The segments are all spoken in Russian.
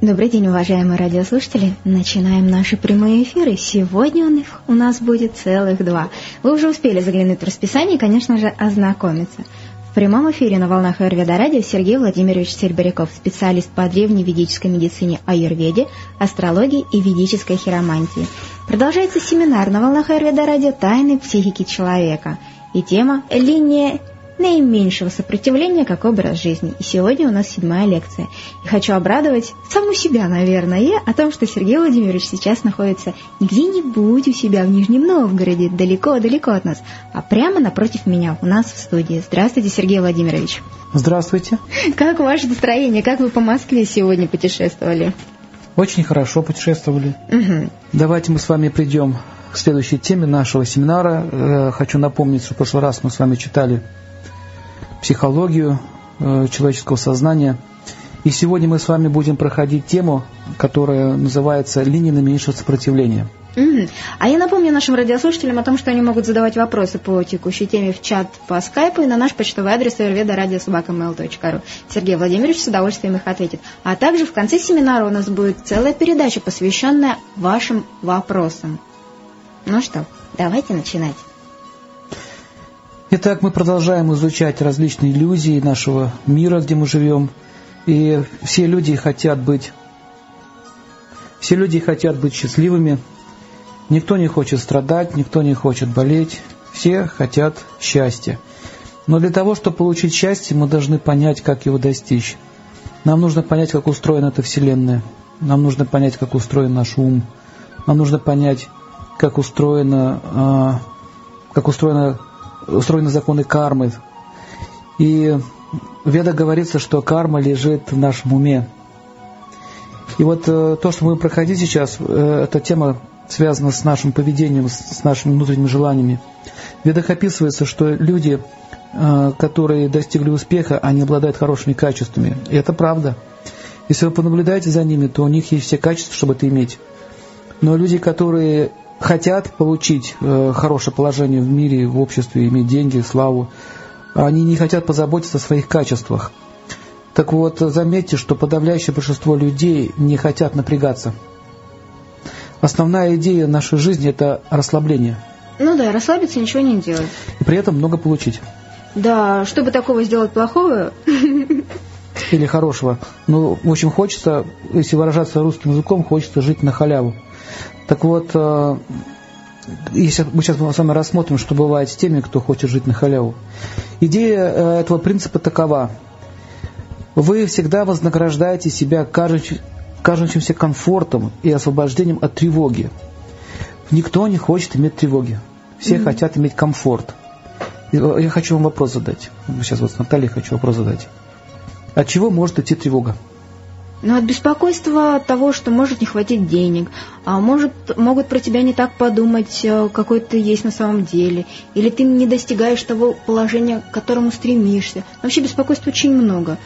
Добрый день, уважаемые радиослушатели. Начинаем наши прямые эфиры. Сегодня у нас будет целых 2. Вы уже успели заглянуть в расписание и, конечно же, ознакомиться. В прямом эфире на волнах Аюрведа радио Сергей Владимирович Серебряков, специалист по древней ведической медицине аюрведе, астрологии и ведической хиромантии. Продолжается семинар на волнах Аюрведа радио «Тайны психики человека». И тема «Линия наименьшего сопротивления как образ жизни». И сегодня у нас 7-я лекция. И хочу обрадовать саму себя, наверное, о том, что Сергей Владимирович сейчас находится не где-нибудь у себя в Нижнем Новгороде, далеко-далеко от нас, а прямо напротив меня, у нас в студии. Здравствуйте, Сергей Владимирович. Здравствуйте. Как ваше настроение? Как вы по Москве сегодня путешествовали? Очень хорошо путешествовали. Угу. Давайте мы с вами придем к следующей теме нашего семинара. Хочу напомнить, что в прошлый раз мы с вами читали психологию человеческого сознания. И сегодня мы с вами будем проходить тему, которая называется «Линия наименьшего сопротивления». А я напомню нашим радиослушателям о том, что они могут задавать вопросы по текущей теме в чат по скайпу и на наш почтовый адрес ayurveda@radio@mail.ru. Сергей Владимирович с удовольствием их ответит. А также в конце семинара у нас будет целая передача, посвященная вашим вопросам. Ну что, давайте начинать. Итак, мы продолжаем изучать различные иллюзии нашего мира, где мы живем. И все люди хотят быть счастливыми. Никто не хочет страдать, никто не хочет болеть. Все хотят счастья. Но для того, чтобы получить счастье, мы должны понять, как его достичь. Нам нужно понять, как устроена эта Вселенная. Нам нужно понять, как устроен наш ум. Нам нужно понять, как устроены законы кармы. И в Ведах говорится, что карма лежит в нашем уме. И вот то, что мы будем проходить сейчас, эта тема связана с нашим поведением, с нашими внутренними желаниями. В Ведах описывается, что люди, которые достигли успеха, они обладают хорошими качествами. И это правда. Если вы понаблюдаете за ними, то у них есть все качества, чтобы это иметь. Но люди, которые хотят получить хорошее положение в мире, в обществе, иметь деньги, славу, они не хотят позаботиться о своих качествах. Так вот, заметьте, что подавляющее большинство людей не хотят напрягаться. Основная идея нашей жизни – это расслабление. Ну да, расслабиться, ничего не делать. И при этом много получить. Да, чтобы такого сделать плохого... Или хорошего. Ну, в общем, хочется, если выражаться русским языком, хочется жить на халяву. Так вот, если мы сейчас с вами рассмотрим, что бывает с теми, кто хочет жить на халяву. Идея этого принципа такова. Вы всегда вознаграждаете себя кажущимся комфортом и освобождением от тревоги. Никто не хочет иметь тревоги. Все хотят иметь комфорт. Я хочу вам вопрос задать. Сейчас вот с Натальей хочу вопрос задать. От чего может идти тревога? Ну, от беспокойства, от того, что может не хватить денег, а могут про тебя не так подумать, какой ты есть на самом деле, или ты не достигаешь того положения, к которому стремишься. Вообще беспокойства очень много.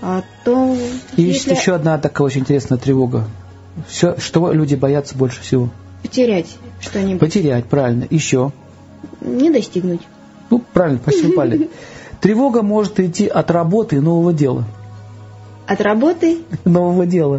И есть еще одна такая очень интересная тревога. Что люди боятся больше всего? Потерять что-нибудь. Потерять, правильно. Еще? Не достигнуть. Ну, правильно, почти упали. Тревога может идти от работы и нового дела. От работы? Нового дела.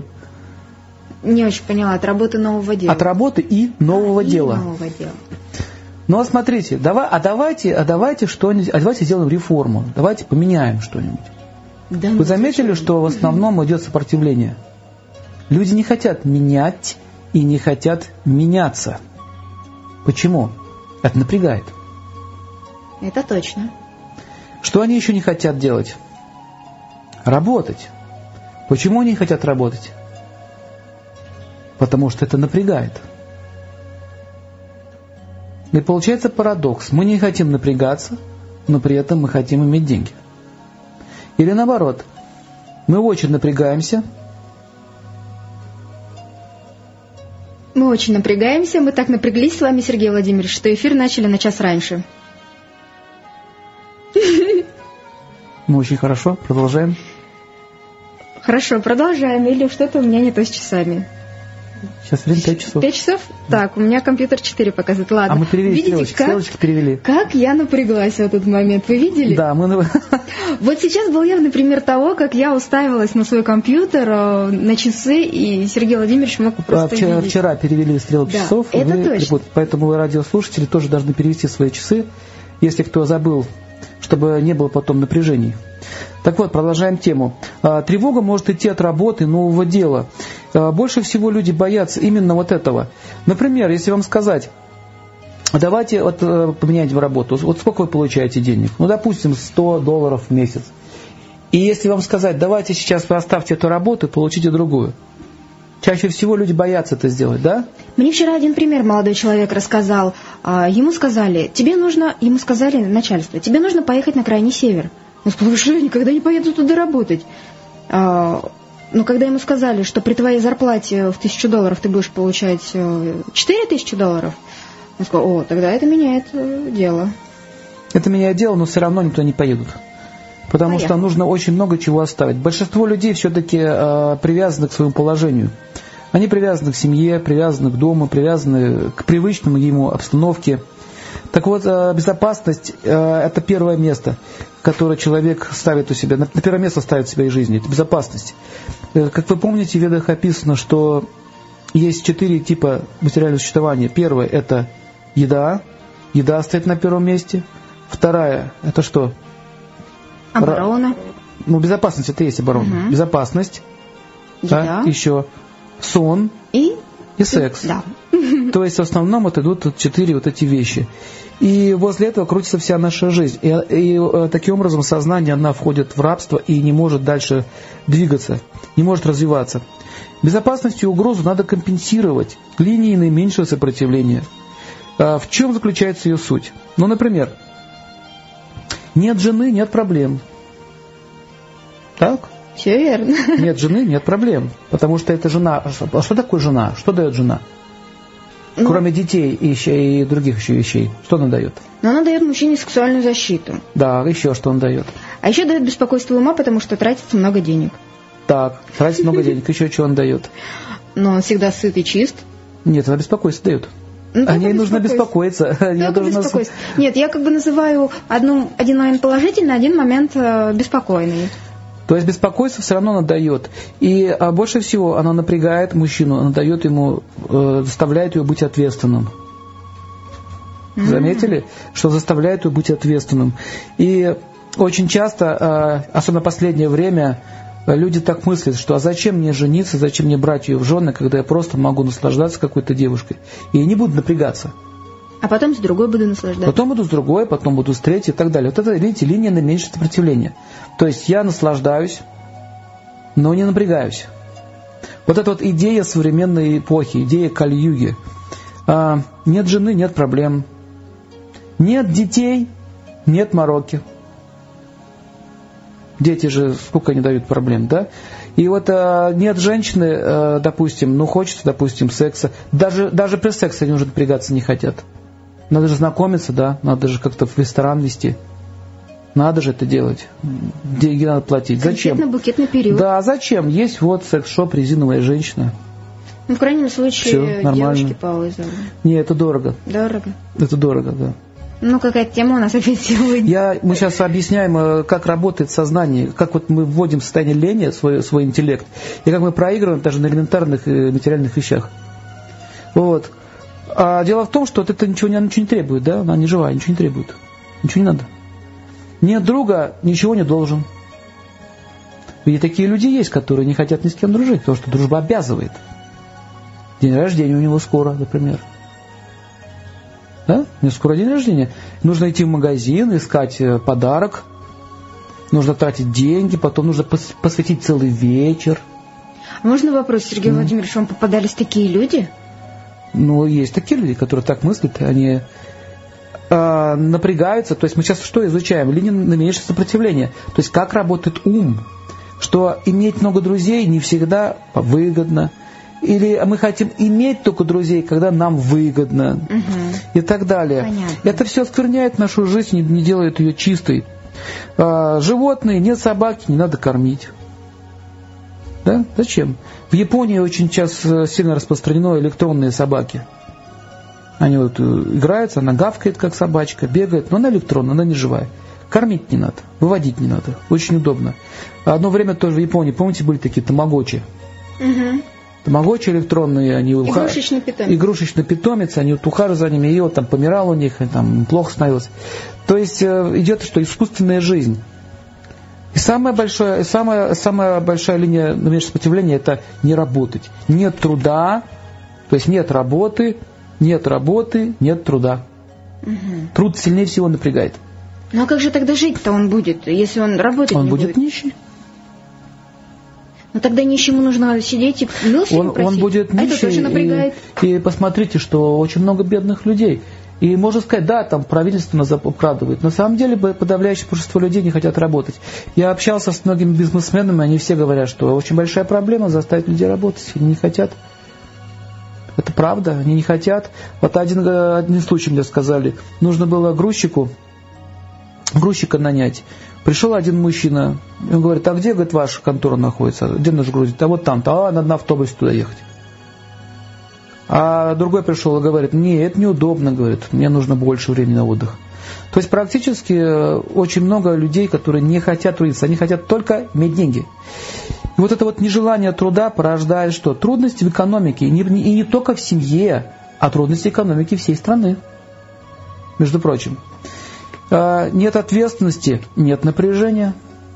Не очень поняла. От работы нового дела. От работы и нового дела. Нового дела. Ну, а смотрите, давайте что-нибудь, давайте сделаем реформу, давайте поменяем что-нибудь. Да, вы заметили, что в основном идет сопротивление? Люди не хотят менять и не хотят меняться. Почему? Это напрягает. Это точно. Что они еще не хотят делать? Работать. Почему они не хотят работать? Потому что это напрягает. И получается парадокс. Мы не хотим напрягаться, но при этом мы хотим иметь деньги. Или наоборот, мы очень напрягаемся. Мы очень напрягаемся. Мы так напряглись с вами, Сергей Владимирович, что эфир начали на час раньше. Ну, очень хорошо. Продолжаем. Хорошо, продолжаем. Или что-то у меня не то с часами. Сейчас время 5 часов. 5 часов? Так, у меня компьютер 4 показывает. Ладно. А мы перевели, видите, стрелочки перевели. Как я напряглась в этот момент. Вы видели? Да, мы... Вот сейчас был явный пример того, как я уставилась на свой компьютер, на часы, и Сергей Владимирович мог просто видеть. Вчера перевели стрелки часов. Это точно. Поэтому радиослушатели тоже должны перевести свои часы, если кто забыл, чтобы не было потом напряжений. Так вот, продолжаем тему. Тревога может идти от работы, нового дела. Больше всего люди боятся именно вот этого. Например, если вам сказать, давайте поменяйте работу. Вот сколько вы получаете денег? Ну, допустим, $100 в месяц. И если вам сказать, давайте сейчас вы оставьте эту работу и получите другую. Чаще всего люди боятся это сделать, да? Мне вчера один пример молодой человек рассказал. Ему сказали, начальство, тебе нужно поехать на крайний север. Он сказал, что я никогда не поеду туда работать. Но когда ему сказали, что при твоей зарплате в $1000 ты будешь получать $4000, он сказал, тогда это меняет дело. Это меняет дело, но все равно никто не поедут. Потому что нужно очень много чего оставить. Большинство людей все-таки привязаны к своему положению. Они привязаны к семье, привязаны к дому, привязаны к привычному ему обстановке. Так вот, безопасность – это первое место, которое человек ставит у себя. На первое место ставит в своей жизни – это безопасность. Как вы помните, в Ведах описано, что есть 4 типа материального существования. Первое – это еда. Еда стоит на первом месте. Вторая – это что? Оборона. Безопасность – это и есть оборона. Угу. Безопасность. Еда. Еще сон и секс. Да. То есть в основном вот идут 4 вот эти вещи. И возле этого крутится вся наша жизнь. И таким образом сознание, она входит в рабство и не может дальше двигаться, не может развиваться. Безопасность и угрозу надо компенсировать линией наименьшего сопротивления. В чем заключается ее суть? Например, нет жены, нет проблем. Так? Все верно. Нет жены, нет проблем. Потому что это жена. А что такое жена? Что дает жена? Кроме детей и других еще вещей. Что она дает? Она дает мужчине сексуальную защиту. Да, еще что он дает? А еще дает беспокойство ума, потому что тратится много денег. Так, тратится много денег. Еще что он дает? Но он всегда сыт и чист. Нет, она беспокойство дает. О ней нужно беспокоиться. Нет, я называю один момент положительный, один момент беспокойный. То есть беспокойство все равно она дает. И больше всего она напрягает мужчину, она дает ему, заставляет его быть ответственным. Заметили? Что заставляет его быть ответственным. И очень часто, особенно в последнее время, люди так мыслят, что а зачем мне жениться, зачем мне брать ее в жены, когда я просто могу наслаждаться какой-то девушкой. И не буду напрягаться. А потом с другой буду наслаждаться. Потом буду с другой, потом буду с третьей и так далее. Вот это, видите, линия наименьшего сопротивления. То есть я наслаждаюсь, но не напрягаюсь. Вот это вот идея современной эпохи, идея Кали-юги. Нет жены, нет проблем. Нет детей, нет мороки. Дети же сколько они дают проблем, да? И вот нет женщины, допустим, хочется, допустим, секса. Даже при сексе они уже напрягаться не хотят. Надо же знакомиться, да? Надо же как-то в ресторан везти. Надо же это делать. Деньги надо платить. Зачем? Конфетно-букетный период. Да, зачем? Есть вот секс-шоп, резиновая женщина. В крайнем случае, девушки по вызову. Не, это дорого. Дорого? Это дорого, да. Какая тема у нас опять сегодня? Мы сейчас объясняем, как работает сознание, как вот мы вводим в состояние лени свой интеллект, и как мы проигрываем даже на элементарных материальных вещах. Вот. А дело в том, что это ничего не требует, да? Она не живая, ничего не требует. Ничего не надо. Нет друга, ничего не должен. И такие люди есть, которые не хотят ни с кем дружить, потому что дружба обязывает. День рождения у него скоро, например. Да? У него скоро день рождения. Нужно идти в магазин, искать подарок. Нужно тратить деньги, потом нужно посвятить целый вечер. А можно вопрос, Сергей Владимирович, вам попадались такие люди? Есть такие люди, которые так мыслят, они напрягаются. То есть мы сейчас что изучаем? Линию наименьшего сопротивления. То есть как работает ум. Что иметь много друзей не всегда выгодно. Или мы хотим иметь только друзей, когда нам выгодно. И так далее. Понятно. Это все оскверняет нашу жизнь, не делает ее чистой. Животные, нет собаки, не надо кормить. Да? Зачем? В Японии очень часто сильно распространено электронные собаки. Они вот играются, она гавкает, как собачка, бегает, но она электронная, она не живая. Кормить не надо, выводить не надо. Очень удобно. Одно время тоже в Японии, помните, были такие тамагочи? Угу. Тамагочи электронные, они игрушечный питомец. Игрушечный питомец, они вот ухаживают за ними, и вот там помирал у них, и там плохо становилось. То есть идет что? Искусственная жизнь. И самая большая линия наименьшего сопротивления – это не работать. Нет труда, то есть нет работы, нет труда. Угу. Труд сильнее всего напрягает. Ну а как же тогда жить-то он будет, если он работать не будет? Он будет нищий. Ну тогда нищему нужно сидеть и милостыню просить. Он будет нищий. А это тоже напрягает. И посмотрите, что очень много бедных людей. И можно сказать, да, там правительство нас обкрадывает. На самом деле подавляющее большинство людей не хотят работать. Я общался с многими бизнесменами, они все говорят, что очень большая проблема заставить людей работать. Они не хотят. Это правда, они не хотят. Вот один случай мне сказали. Нужно было грузчика нанять. Пришел один мужчина, он говорит, а где, говорит, ваша контора находится? Где наш грузит? А вот там-то, надо на автобусе туда ехать. А другой пришел и говорит, не, это неудобно, говорит, мне нужно больше времени на отдых. То есть практически очень много людей, которые не хотят трудиться, они хотят только иметь деньги. И вот это вот нежелание труда порождает что? Трудности в экономике, и не только в семье, а трудности экономики всей страны, между прочим. Нет ответственности, нет напряжения.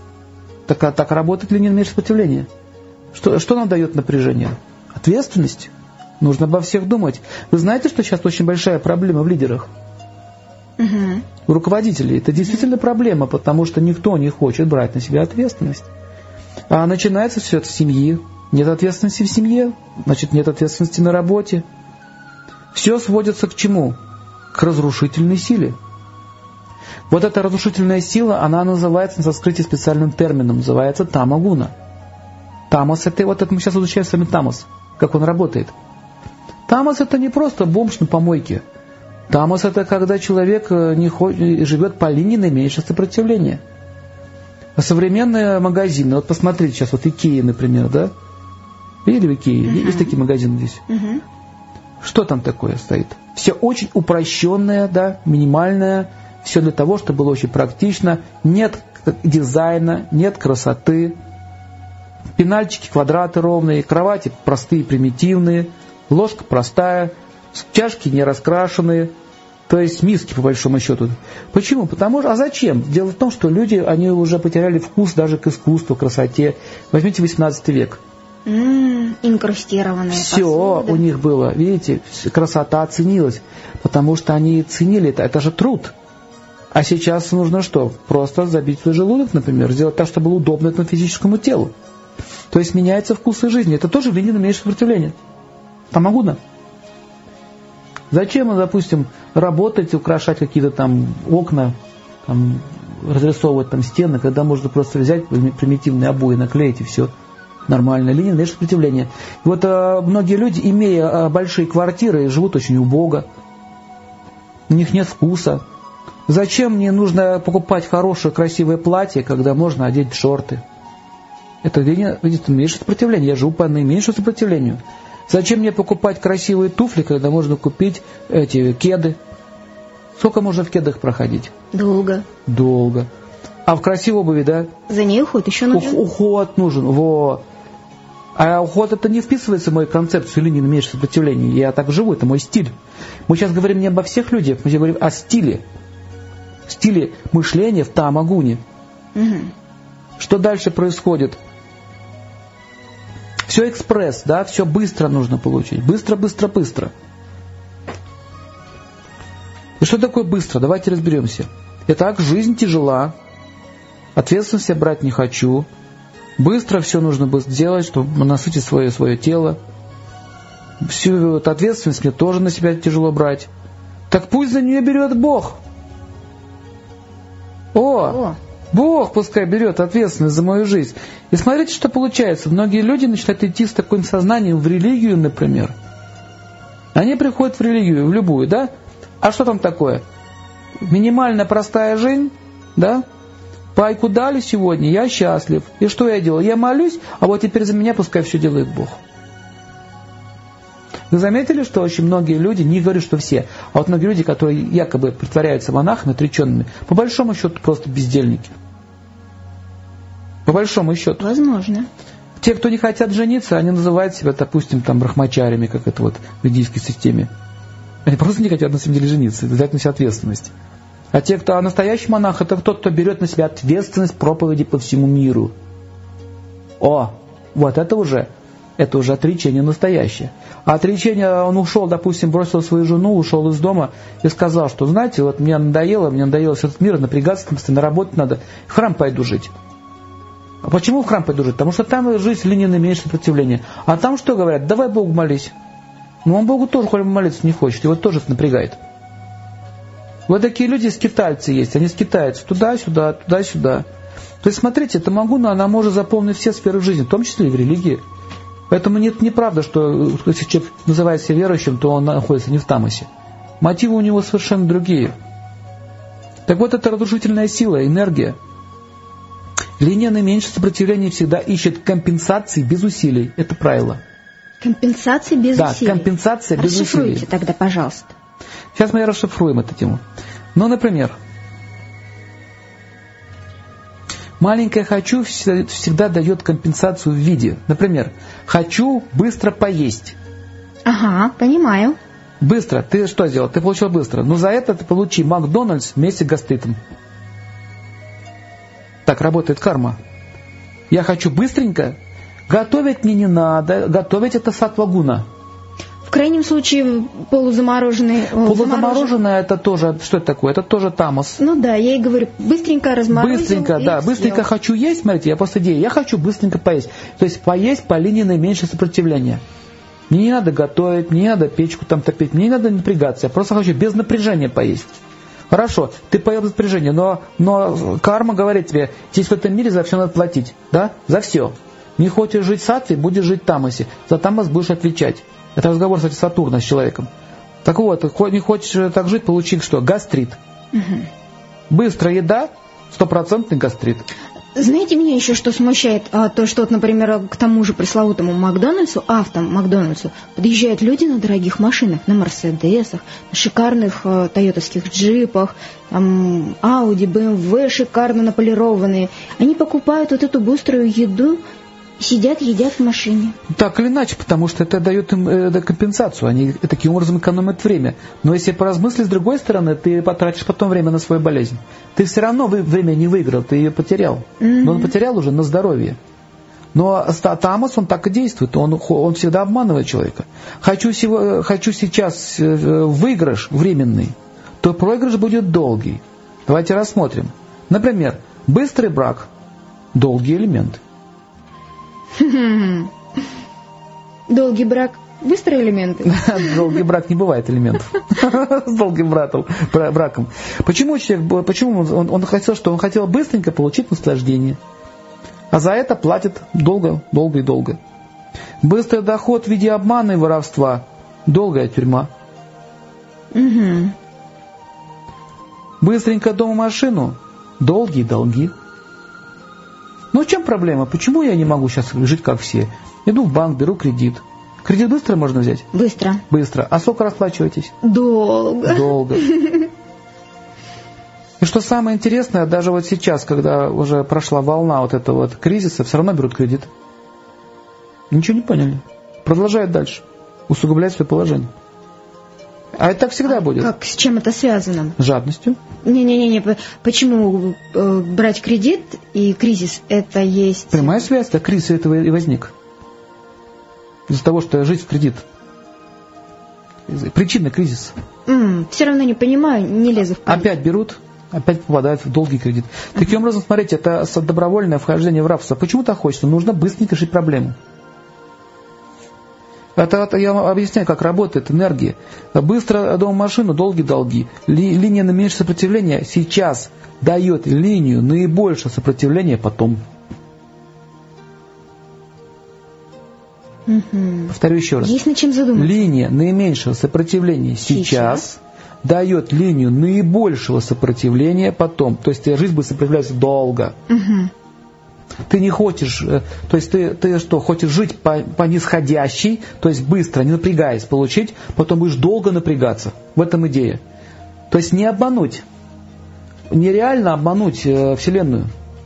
Так работает ли наименьшее сопротивление? Что нам дает напряжение? Ответственность. Нужно обо всех думать. Вы знаете, что сейчас очень большая проблема в лидерах? Угу. У руководителей. Это действительно проблема, потому что никто не хочет брать на себя ответственность. А начинается все это с семьи. Нет ответственности в семье, значит нет ответственности на работе. Все сводится к чему? К разрушительной силе. Вот эта разрушительная сила, она называется на санскрите специальным термином, называется тамагуна. Тамас это мы сейчас изучаем с вами тамас, как он работает. Тамас это не просто бомж на помойке. Тамас это когда человек живет по линии наименьшего сопротивления. А современные магазины, вот посмотрите сейчас, вот Икея, например, да? Видели в Икее? Есть такие магазины здесь? Что там такое стоит? Все очень упрощенное, да, минимальное. Все для того, чтобы было очень практично. Нет дизайна, нет красоты. Пенальчики, квадраты ровные, кровати простые, примитивные, ложка простая, чашки не раскрашенные, то есть миски по большому счету. Почему? Потому что, а зачем? Дело в том, что люди, они уже потеряли вкус даже к искусству, к красоте. Возьмите 18 век. Инкрустированные все посуды. У них было, видите, красота ценилась, потому что они ценили это же труд. А сейчас нужно что? Просто забить свой желудок, например, сделать так, чтобы было удобно этому физическому телу. То есть меняется вкус жизни. Это тоже линия наименьшего сопротивления. Тамагуна. Зачем, допустим, работать, украшать какие-то там окна, там, разрисовывать там стены, когда можно просто взять примитивные обои, наклеить и все. Нормальная линия наименьшего сопротивления. И вот многие люди, имея большие квартиры, живут очень убого. У них нет вкуса. Зачем мне нужно покупать хорошее, красивое платье, когда можно одеть шорты? Это наименьшее сопротивление. Я живу по наименьшему сопротивлению. Зачем мне покупать красивые туфли, когда можно купить эти кеды? Сколько можно в кедах проходить? Долго. А в красивой обуви, да? За ней уход еще нужен. Уход нужен, во. А уход это не вписывается в мою концепцию линии наименьшего сопротивления. Я так живу, это мой стиль. Мы сейчас говорим не обо всех людях, мы говорим о стиле. Стиле мышления в тамагуне. Угу. Что дальше происходит? Все экспресс, да, все быстро нужно получить. Быстро. И что такое быстро? Давайте разберемся. Итак, жизнь тяжела. Ответственность я брать не хочу. Быстро все нужно сделать, чтобы насытить свое тело. Всю эту ответственность мне тоже на себя тяжело брать. Так пусть за нее берет Бог. Бог пускай берет ответственность за мою жизнь. И смотрите, что получается. Многие люди начинают идти с таким сознанием в религию, например. Они приходят в религию, в любую, да? А что там такое? Минимально простая жизнь, да? Пайку дали сегодня, я счастлив. И что я делаю? Я молюсь, а вот теперь за меня пускай все делает Бог. Вы заметили, что очень многие люди, не говорю, что все, а вот многие люди, которые якобы притворяются монахами, отреченными, по большому счету просто бездельники. По большому счету. Возможно. Те, кто не хотят жениться, они называют себя, допустим, там брахмачарями, как это вот в ведийской системе. Они просто не хотят на самом деле жениться, взять на себя ответственность. А те, кто настоящий монах, это тот, кто берет на себя ответственность проповеди по всему миру. О, вот это уже отречение настоящее. А отречение, он ушел, допустим, бросил свою жену, ушел из дома и сказал, что, знаете, вот мне надоело этот мир, напрягаться, на работу надо, в храм пойду жить. А почему в храм пойду жить? Потому что там жизнь линейная, меньше сопротивления. А там что говорят? Давай Богу молись. Но он Богу тоже молиться не хочет, его тоже это напрягает. Вот такие люди, скитальцы есть, они скитаются туда-сюда, туда-сюда. То есть, смотрите, эта Магуна, она может заполнить все сферы жизни, в том числе и в религии. Поэтому нет, неправда, что если человек называет себя верующим, то он находится не в тамасе. Мотивы у него совершенно другие. Так вот, это разрушительная сила, энергия. Линия наименьшего сопротивления всегда ищет компенсации без усилий. Это правило. Компенсации без усилий? Да, компенсация без усилий. Расшифруйте тогда, пожалуйста. Сейчас мы расшифруем эту тему. Ну, например, маленькое «хочу» всегда дает компенсацию в виде. Например, «хочу быстро поесть». Ага, понимаю. Быстро. Ты что сделал? Ты получил быстро. Но за это ты получи Макдональдс вместе с гастритом. Так работает карма. Я хочу быстренько. Готовить мне не надо. Готовить это саттва-гуна. В крайнем случае полузамороженный... Полузамороженное это тоже... Что это такое? Это тоже тамас. Ну да, я и говорю, быстренько разморозил. Быстренько, да. Быстренько хочу есть. Смотрите, я просто идея. Я хочу быстренько поесть. То есть поесть по линии наименьшего сопротивления. Мне не надо готовить, мне не надо печку там топить, мне не надо напрягаться. Я просто хочу без напряжения поесть. Хорошо, ты поел без напряжения, но карма говорит тебе, здесь в этом мире за все надо платить. Да? За все. Не хочешь жить в саттве, будешь жить в тамасе. За тамас будешь отвечать. Это разговор, кстати, Сатурна с человеком. Так вот, не хочешь так жить, получи что? Гастрит. Угу. Быстрая еда, 100% гастрит. Знаете, меня еще что смущает? То, что, вот, например, к тому же пресловутому Макдональдсу, Макдональдсу, подъезжают люди на дорогих машинах, на Мерседесах, на шикарных тойотовских джипах, Ауди, БМВ шикарно наполированные. Они покупают вот эту быструю еду, сидят, едят в машине. Так или иначе, потому что это дает им компенсацию. Они таким образом экономят время. Но если поразмыслить с другой стороны, ты потратишь потом время на свою болезнь. Ты все равно время не выиграл, ты ее потерял. Но он потерял уже на здоровье. Но тамас, он так и действует. Он всегда обманывает человека. Хочу сейчас выигрыш временный, то проигрыш будет долгий. Давайте рассмотрим. Например, быстрый брак, долгий элемент. Долгий брак, быстрые элементы. Долгий брак не бывает элементов. С долгим браком. Почему он хотел быстренько получить наслаждение, а за это платит долго и долго. Быстрый доход в виде обмана и воровства, долгая тюрьма. Угу. Быстренько дом и машину, долгие долги. Ну, в чем проблема? Почему я не могу сейчас жить, как все? Иду в банк, беру кредит. Кредит быстро можно взять? Быстро. Быстро. А сколько расплачиваетесь? Долго. И что самое интересное, даже вот сейчас, когда уже прошла волна вот этого вот кризиса, все равно берут кредит. Ничего не поняли. Продолжают дальше. Усугублять свое положение. А это так всегда будет. Как, с чем это связано? С жадностью. Не. Почему брать кредит и кризис это есть... Прямая связь, так кризис этого и возник. Из-за того, что жить в кредит. Причина кризиса. Все равно не понимаю, не лезу в кредит. Опять берут, опять попадают в долгий кредит. Таким образом, смотрите, это добровольное вхождение в рабство. Почему так хочется? Нужно быстренько решить проблему. Это я вам объясняю, как работает энергия. Быстро дом машину, долгие долги. Линия наименьшего сопротивления сейчас дает линию наибольшего сопротивления потом. Повторю еще раз. Есть над чем задуматься. Линия наименьшего сопротивления сейчас дает линию наибольшего сопротивления потом. То есть твоя жизнь будет сопротивляться долго. Угу. Ты не хочешь, то есть ты что, хочешь жить по нисходящей, то есть быстро, не напрягаясь, получить, потом будешь долго напрягаться. В этом идея. То есть не обмануть. Нереально обмануть Вселенную.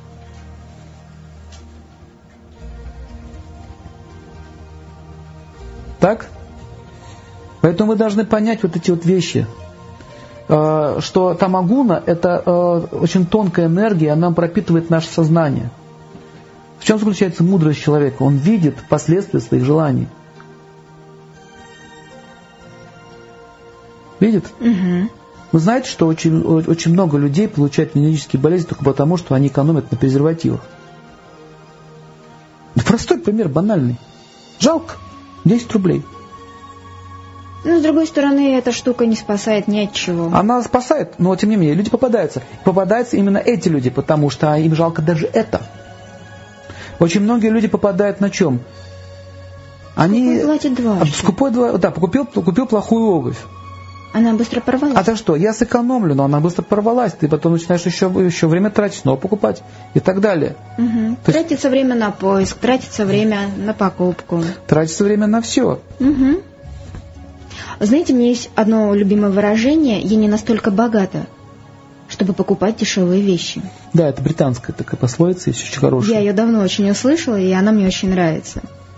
Так? Поэтому мы должны понять вот эти вот вещи. Что тамагуна – это очень тонкая энергия, она пропитывает наше сознание. В чем заключается мудрость человека? Он видит последствия своих желаний. Видит? Угу. Вы знаете, что очень много людей получают венерические болезни только потому, что они экономят на презервативах. Простой пример, банальный. Жалко. 10 рублей. Но, с другой стороны, эта штука не спасает ни от чего. Она спасает, но, тем не менее, люди попадаются. Попадаются именно эти люди, потому что им жалко даже это. Очень многие люди попадают на чем? Они... платят дважды. Да, купил плохую обувь. Она быстро порвалась. А то что? Я сэкономлю, но она быстро порвалась. Ты потом начинаешь еще время тратить, снова покупать и так далее. Угу. Тратится время на поиск, тратится время на покупку. Тратится время на все. Угу. Знаете, у меня есть одно любимое выражение: я не настолько богата, чтобы покупать дешевые вещи. Да, это британская такая пословица, есть очень хорошая. Я ее давно очень услышала, и она мне очень нравится.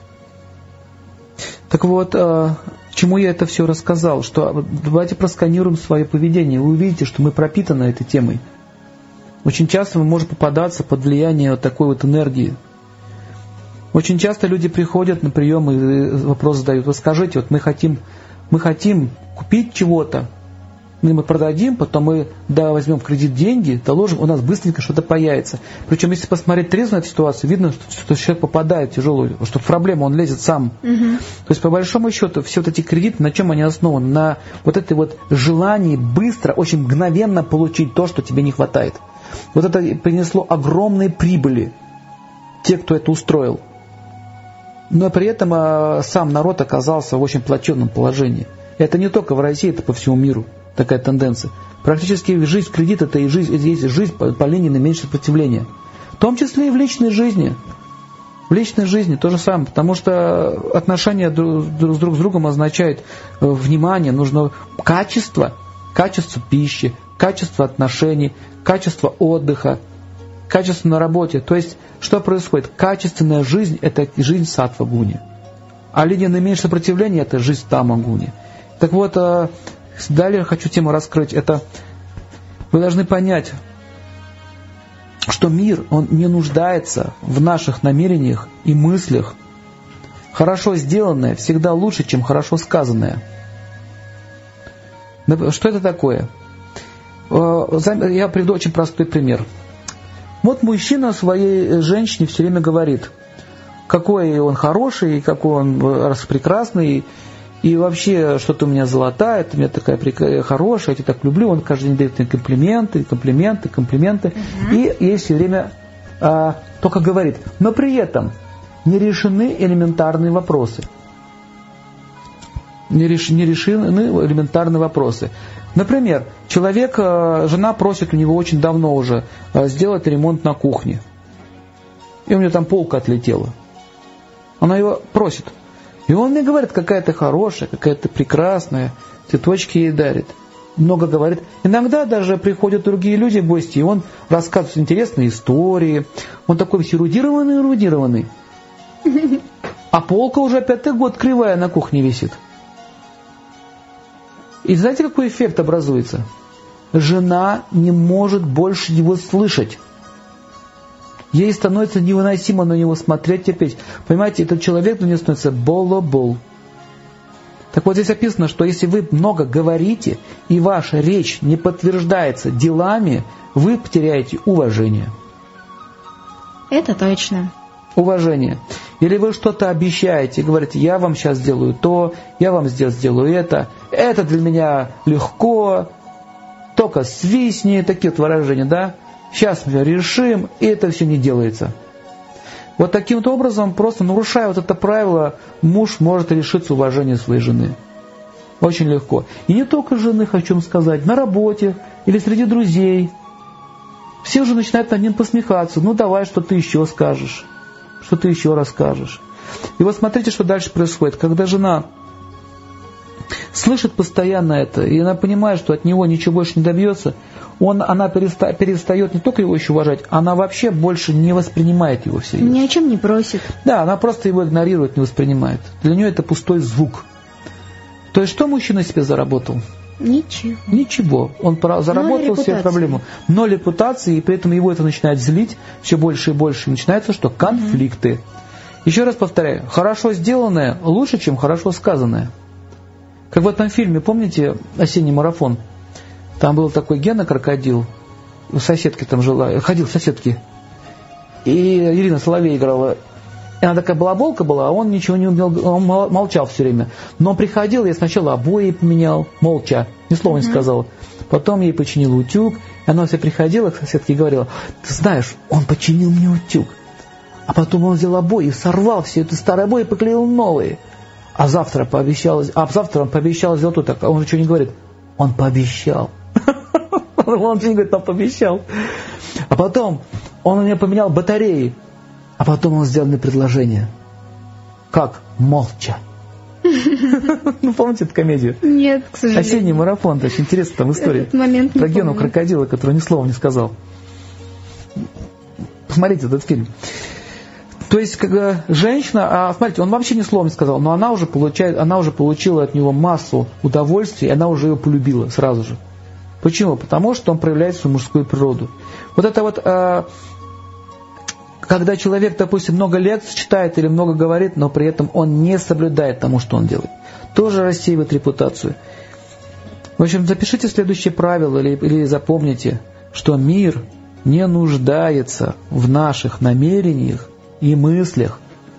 Так вот, чему я это все рассказал? Что давайте просканируем свое поведение. Вы увидите, что мы пропитаны этой темой. Очень часто мы можем попадаться под влияние вот такой вот энергии. Очень часто люди приходят на прием и вопрос задают: вот скажите, вот мы хотим купить чего-то, мы продадим, потом мы возьмем в кредит деньги, доложим, у нас быстренько что-то появится. Причем, если посмотреть трезво на эту ситуацию, видно, что человек попадает в тяжелую, что в проблему он лезет сам. Угу. То есть, по большому счету, все вот эти кредиты, на чем они основаны? На вот этой вот желании быстро, очень мгновенно получить то, что тебе не хватает. Вот это принесло огромные прибыли те, кто это устроил. Но при этом сам народ оказался в очень плачевном положении. Это не только в России, это по всему миру такая тенденция. Практически жизнь в кредит — это и есть жизнь по линии наименьшего сопротивления. В том числе и в личной жизни. В личной жизни то же самое, потому что отношения друг с другом означают внимание, нужно качество пищи, качество отношений, качество отдыха, качество на работе. То есть, что происходит? Качественная жизнь — это жизнь саттва-гуни. А линия наименьшего сопротивления — это жизнь тама-гуни. Так вот, далее хочу тему раскрыть. Это вы должны понять, что мир, он не нуждается в наших намерениях и мыслях. Хорошо сделанное всегда лучше, чем хорошо сказанное. Что это такое? Я приведу очень простой пример. Вот мужчина своей женщине все время говорит, какой он хороший, какой он прекрасный, и вообще, что ты у меня золотая, ты у меня такая хорошая, я тебя так люблю. Он каждый день дает мне комплименты. И ей все время только говорит. Но при этом не решены элементарные вопросы. Не решены элементарные вопросы. Например, жена просит у него очень давно уже сделать ремонт на кухне. И у нее там полка отлетела. Она его просит. И он мне говорит, какая ты хорошая, какая ты прекрасная, цветочки ей дарит. Много говорит. Иногда даже приходят другие люди в гости, и он рассказывает интересные истории. Он такой весь эрудированный. А полка уже 5-й год кривая на кухне висит. И знаете, какой эффект образуется? Жена не может больше его слышать. Ей становится невыносимо на него смотреть, терпеть. Понимаете, этот человек для нее становится бол-бол. Так вот здесь описано, что если вы много говорите, и ваша речь не подтверждается делами, вы потеряете уважение. Это точно. Уважение. Или вы что-то обещаете, говорите, я вам сейчас сделаю то, я вам сделаю это для меня легко, только свистни, такие вот выражения, да? Сейчас мы решим, и это все не делается. Вот таким-то образом, просто нарушая вот это правило, муж может лишиться уважения своей жены. Очень легко. И не только жены, хочу вам сказать, на работе или среди друзей. Все уже начинают над ним посмехаться. Ну давай, что ты еще скажешь, что ты еще расскажешь. И вот смотрите, что дальше происходит. Когда жена слышит постоянно это, и она понимает, что от него ничего больше не добьется, она перестает не только его еще уважать, она вообще больше не воспринимает его всерьез. Ни о чем не просит. Да, она просто его игнорирует, не воспринимает. Для нее это пустой звук. То есть что мужчина себе заработал? Ничего. Ничего. Он заработал себе проблему. Но репутации, и при этом его это начинает злить все больше и больше. Начинаются что? Конфликты. Еще раз повторяю, хорошо сделанное лучше, чем хорошо сказанное. Как в этом фильме, помните «Осенний марафон»? Там был такой Гена крокодил, у соседки там жила, ходил в соседки. И Ирина Соловей играла. И она такая балаболка была, а он ничего не умел, он молчал все время. Но он приходил, я сначала обои поменял, молча, ни слова не сказал. Потом ей починил утюг, и она все приходила к соседке и говорила: ты знаешь, он починил мне утюг. А потом он взял обои и сорвал все эти старые обои и поклеил новые. А завтра он пообещал сделать вот так. А он ничего не говорит. Он пообещал. Он ничего не говорит, он пообещал. А потом он у меня поменял батареи. А потом он сделал мне предложение. Как? Молча. Ну, помните эту комедию? Нет, к сожалению. «Осенний марафон». Это очень интересная там история. Этот момент про Гену крокодила, который ни слова не сказал. Посмотрите этот фильм. То есть, когда женщина, смотрите, он вообще ни слова не сказал, но она уже получила от него массу удовольствия, и она уже его полюбила сразу же. Почему? Потому что он проявляет свою мужскую природу. Вот это вот, когда человек, допустим, много лекций читает или много говорит, но при этом он не соблюдает тому, что он делает, тоже рассеивает репутацию. В общем, запишите следующее правило или запомните, что мир не нуждается в наших намерениях и мыслях.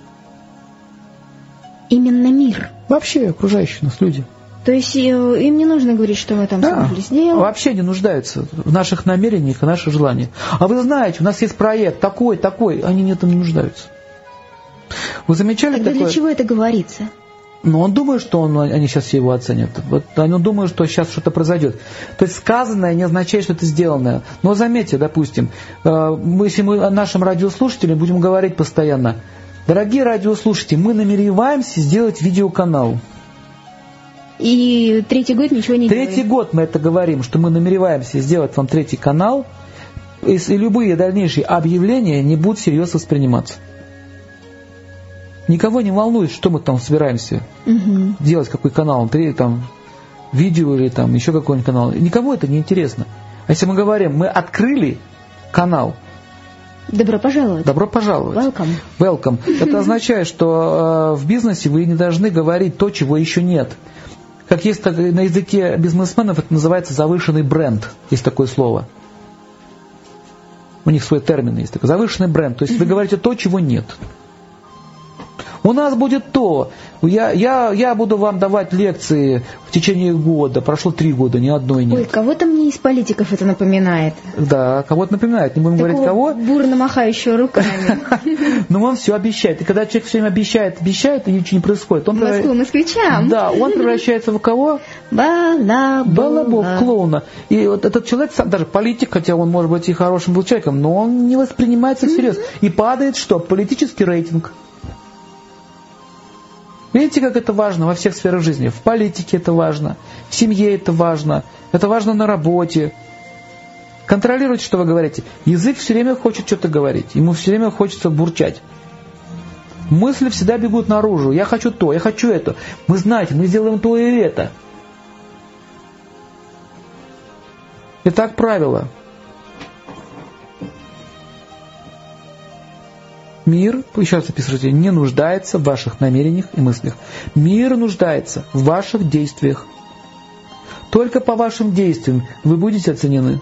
Именно мир. Вообще окружающие нас люди. То есть им не нужно говорить, что мы там смогли сделать? Вообще не нуждаются в наших намерениях и наших желаниях. А вы знаете, у нас есть проект такой, они в этом не нуждаются. Вы замечали такое? Для чего это говорится? Но он думает, что они сейчас все его оценят. Вот он думает, что сейчас что-то произойдет. То есть сказанное не означает, что это сделанное. Но заметьте, допустим, если мы нашим радиослушателям будем говорить постоянно: дорогие радиослушатели, мы намереваемся сделать видеоканал. И 3-й год ничего не делаем. 3-й год мы это говорим, что мы намереваемся сделать вам 3-й канал, и любые дальнейшие объявления не будут всерьез восприниматься. Никого не волнует, что мы там собираемся делать, какой канал, там, видео или там еще какой-нибудь канал. Никому это не интересно. А если мы говорим, мы открыли канал. Добро пожаловать. Добро пожаловать. Welcome. Это означает, что в бизнесе вы не должны говорить то, чего еще нет. Как есть на языке бизнесменов, это называется завышенный бренд. Есть такое слово. У них свой термин есть. Такой завышенный бренд. То есть вы говорите то, чего нет. У нас будет то. Я буду вам давать лекции в течение года. Прошло 3 года, ни одной нет. Ой, кого-то мне из политиков это напоминает. Да, кого-то напоминает. Не будем говорить кого. Бурно махающего руками. Но он все обещает. И когда человек все время обещает, и ничего не происходит. Москву москвичам. Да, он превращается в кого? Балабол, клоуна. И вот этот человек, даже политик, хотя он может быть и хорошим был человеком, но он не воспринимается всерьез. И падает что? Политический рейтинг. Видите, как это важно во всех сферах жизни? В политике это важно, в семье это важно на работе. Контролируйте, что вы говорите. Язык все время хочет что-то говорить, ему все время хочется бурчать. Мысли всегда бегут наружу. Я хочу то, я хочу это. Мы знаете, мы сделаем то и это. Итак, правило. Мир, еще раз записывайте, не нуждается в ваших намерениях и мыслях. Мир нуждается в ваших действиях. Только по вашим действиям вы будете оценены.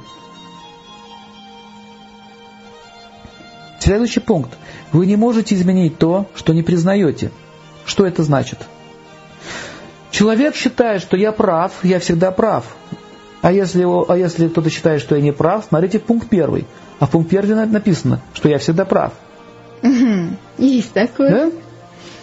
Следующий пункт. Вы не можете изменить то, что не признаете. Что это значит? Человек считает, что я прав, я всегда прав. А если кто-то считает, что я не прав, смотрите пункт 1. А в пункт 1 написано, что я всегда прав. Есть такое.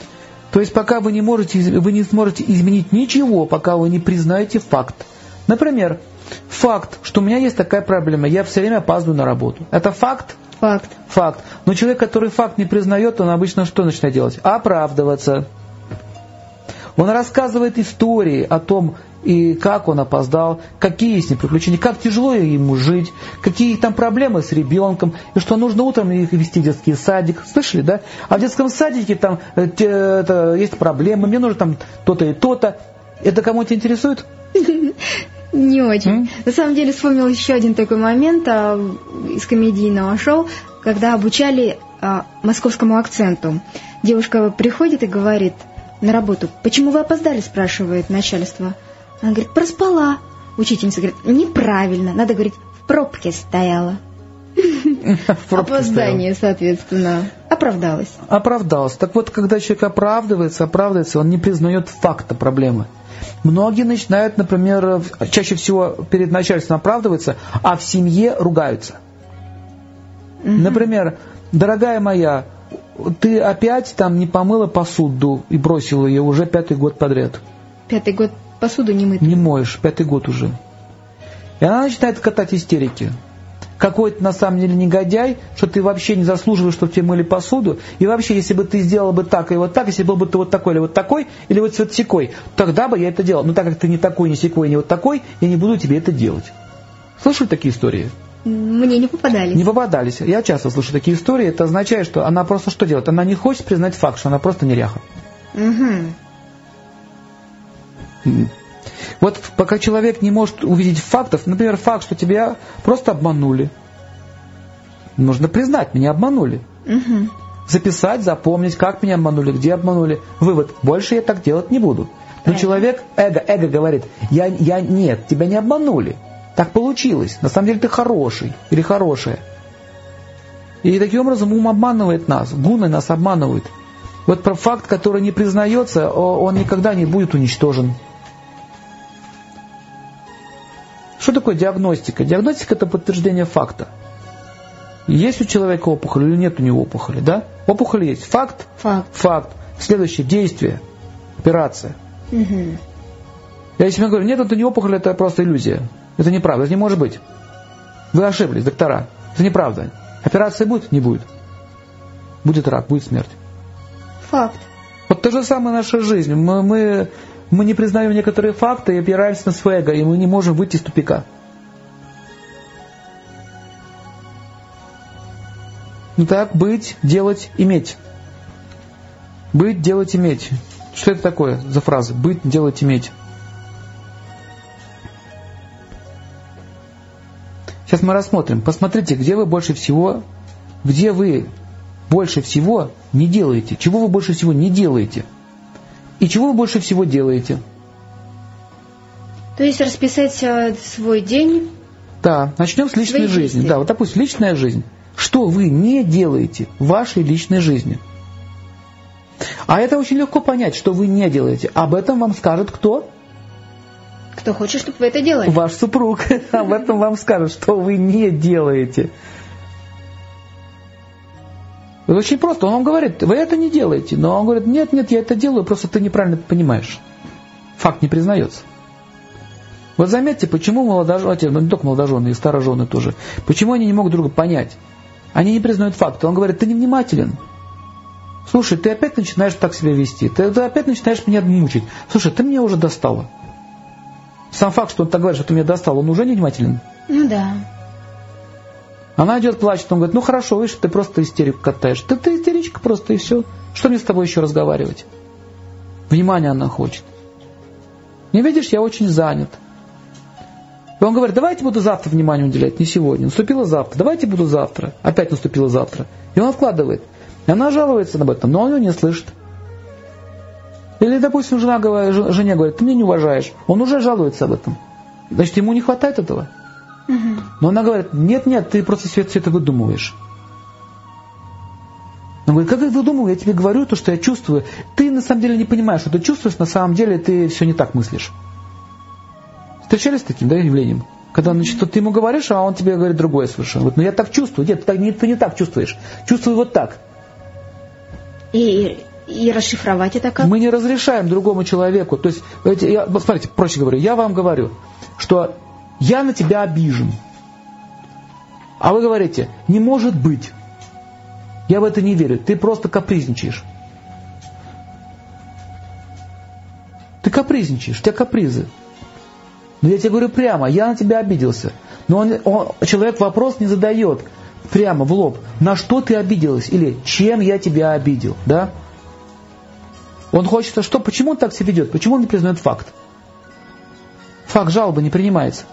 То есть пока вы не сможете изменить ничего, пока вы не признаете факт. Например, факт, что у меня есть такая проблема, я все время опаздываю на работу. Это факт? Факт. Факт. Но человек, который факт не признает, он обычно что начинает делать? Оправдываться. Он рассказывает истории о том, и как он опоздал, какие есть приключения, как тяжело ему жить, какие там проблемы с ребенком, и что нужно утром их вести в детский садик. Слышали, да? А в детском садике там есть проблемы, мне нужно там то-то и то-то. Это кому-то интересует? Не очень. На самом деле вспомнил еще один такой момент из комедийного шоу, когда обучали московскому акценту. Девушка приходит и говорит на работу: «Почему вы опоздали?» – спрашивает начальство. Она говорит: «Проспала». Учительница говорит: «Неправильно, надо говорить, в пробке стояла». Опоздание, соответственно, оправдалось. Оправдалось. Так вот, когда человек оправдывается, он не признает факта проблемы. Многие начинают, например, чаще всего перед начальством оправдываться, а в семье ругаются. Например: «Дорогая моя, ты опять там не помыла посуду и бросила ее уже 5-й год подряд». 5-й год посуду не мыть. Не моешь, 5-й год уже. И она начинает катать истерики. Какой ты на самом деле негодяй, что ты вообще не заслуживаешь, чтобы тебе мыли посуду. И вообще, если бы ты сделала бы так и вот так, если был бы ты вот такой или вот секой, тогда бы я это делал. Но так как ты не такой, не секой, не вот такой, я не буду тебе это делать. Слышали такие истории? Мне не попадались. Не попадались. Я часто слышу такие истории. Это означает, что она просто что делает? Она не хочет признать факт, что она просто неряха. Вот пока человек не может увидеть фактов, например, факт, что тебя просто обманули. Нужно признать: меня обманули. Записать, запомнить, как меня обманули, где обманули. Вывод: больше я так делать не буду. Но человек, эго говорит: нет, тебя не обманули. Так получилось. На самом деле ты хороший или хорошая. И таким образом ум обманывает нас, гуны нас обманывают. Вот про факт, который не признается, он никогда не будет уничтожен. Что такое диагностика? Диагностика – это подтверждение факта. Есть у человека опухоль или нет у него опухоли, да? Опухоль есть. Факт? Факт. Следующее – действие. Операция. Если мы говорим: нет, это не опухоль, это просто иллюзия. Это неправда, это не может быть. Вы ошиблись, доктора. Это неправда. Операция будет? Не будет. Будет рак, будет смерть. Факт. Вот то же самое наша жизнь. Мы не признаем некоторые факты и опираемся на свое эго, и мы не можем выйти из тупика. Так, быть, делать, иметь. Быть, делать, иметь. Что это такое за фраза? Быть, делать, иметь. Сейчас мы рассмотрим. Посмотрите, где вы больше всего не делаете. Чего вы больше всего не делаете. И чего вы больше всего делаете. То есть расписать свой день. Да, начнем с личной жизни. Да, вот, допустим, личная жизнь. Что вы не делаете в вашей личной жизни? А это очень легко понять, что вы не делаете. Об этом вам скажет кто? Кто хочет, чтобы вы это делали. Ваш супруг. Об этом вам скажет, что вы не делаете. Это очень просто. Он вам говорит: вы это не делаете. Но он говорит: нет, я это делаю, просто ты неправильно это понимаешь. Факт не признается. Вот заметьте, почему молодожены, не только молодожены, и старожены тоже, почему они не могут друга понять? Они не признают факты. Он говорит: ты невнимателен. Слушай, ты опять начинаешь так себя вести. Ты опять начинаешь меня мучить. Слушай, ты меня уже достала. Сам факт, что он так говорит, что ты меня достал, он уже невнимателен. Ну да. Она идет, плачет, он говорит: ну хорошо, видишь, ты просто истерику катаешь. Ты истеричка просто, и все. Что мне с тобой еще разговаривать? Внимание она хочет. Не видишь, я очень занят. И он говорит: давайте буду завтра внимание уделять, не сегодня. Наступило завтра, давайте буду завтра. Опять наступило завтра. И он откладывает. И она жалуется об этом, но он ее не слышит. Или, допустим, жене говорит: ты меня не уважаешь. Он уже жалуется об этом. Значит, ему не хватает этого. Но она говорит: нет, ты просто все это выдумываешь. Он говорит: как я выдумываю? Я тебе говорю то, что я чувствую. Ты на самом деле не понимаешь, что ты чувствуешь, на самом деле ты все не так мыслишь. Встречались с таким, явлением? Когда, ты ему говоришь, а он тебе говорит другое совершенно. Говорит: я так чувствую. Нет, ты не так чувствуешь. Чувствую вот так. И И расшифровать это как? Мы не разрешаем другому человеку. То есть, смотрите, проще говоря, я вам говорю, что я на тебя обижен. А вы говорите, не может быть. Я в это не верю. Ты просто капризничаешь. Ты капризничаешь, у тебя капризы. Но я тебе говорю прямо, я на тебя обиделся. Но человек вопрос не задает прямо в лоб. На что ты обиделась? Или чем я тебя обидел? Да? Он хочет, что? Почему он так себя ведет? Почему он не признает факт? Факт жалобы не принимается.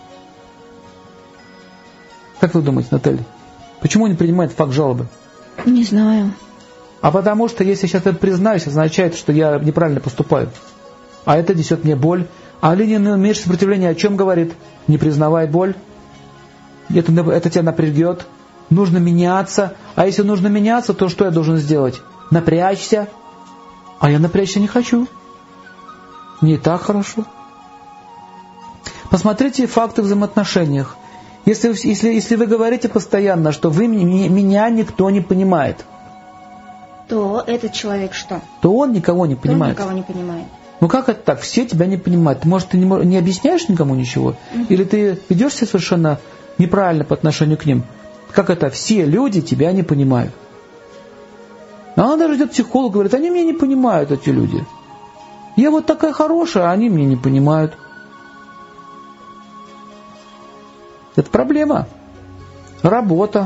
Как вы думаете, Наталья? Почему он не принимает факт жалобы? Не знаю. А потому что, если я сейчас это признаюсь, означает, что я неправильно поступаю. А это несет мне боль. А линия наименьшего сопротивления о чем говорит? Не признавай боль. Это тебя напрягет. Нужно меняться. А если нужно меняться, то что я должен сделать? Напрячься. А я напрячься не хочу. Мне и так хорошо. Посмотрите факты в взаимоотношениях. Если вы говорите постоянно, что меня никто не понимает, то этот человек что? То он никого не понимает. Он никого не понимает. Ну как это так? Все тебя не понимают. Может, ты не объясняешь никому ничего? Или ты ведешься совершенно неправильно по отношению к ним? Как это? Все люди тебя не понимают. А она даже идет к психологу, говорит, они меня не понимают, эти люди. Я вот такая хорошая, а они меня не понимают. Это проблема. Работа.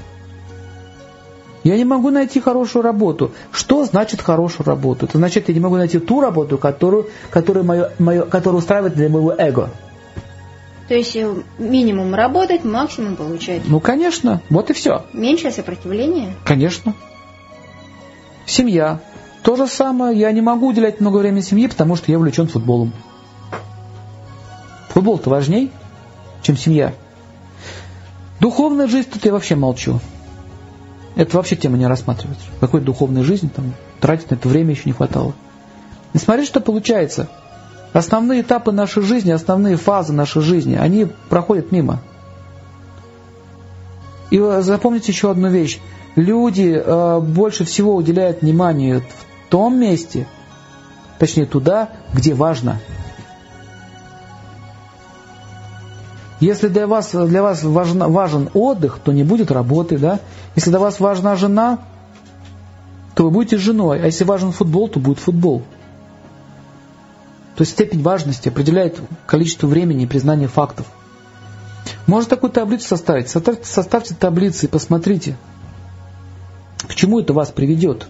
Я не могу найти хорошую работу. Что значит хорошую работу? Это значит, я не могу найти ту работу, которая устраивает для моего эго. То есть минимум работать, максимум получать. Ну, конечно. Вот и все. Меньшее сопротивление? Конечно. Семья. То же самое. Я не могу уделять много времени семье, потому что я увлечен футболом. Футбол-то важней, чем семья. Духовная жизнь, тут я вообще молчу. Это вообще тема не рассматривается. Какой духовной жизни, там, тратить на это время еще не хватало. И смотрите, что получается. Основные этапы нашей жизни, основные фазы нашей жизни, они проходят мимо. И запомните еще одну вещь. Люди больше всего уделяют внимание в том месте, точнее туда, где важно. Если для вас важен отдых, то не будет работы, да? Если для вас важна жена, то вы будете женой. А если важен футбол, то будет футбол. То есть степень важности определяет количество времени и признание фактов. Можно такую таблицу составить. Составьте таблицы и посмотрите, к чему это вас приведет.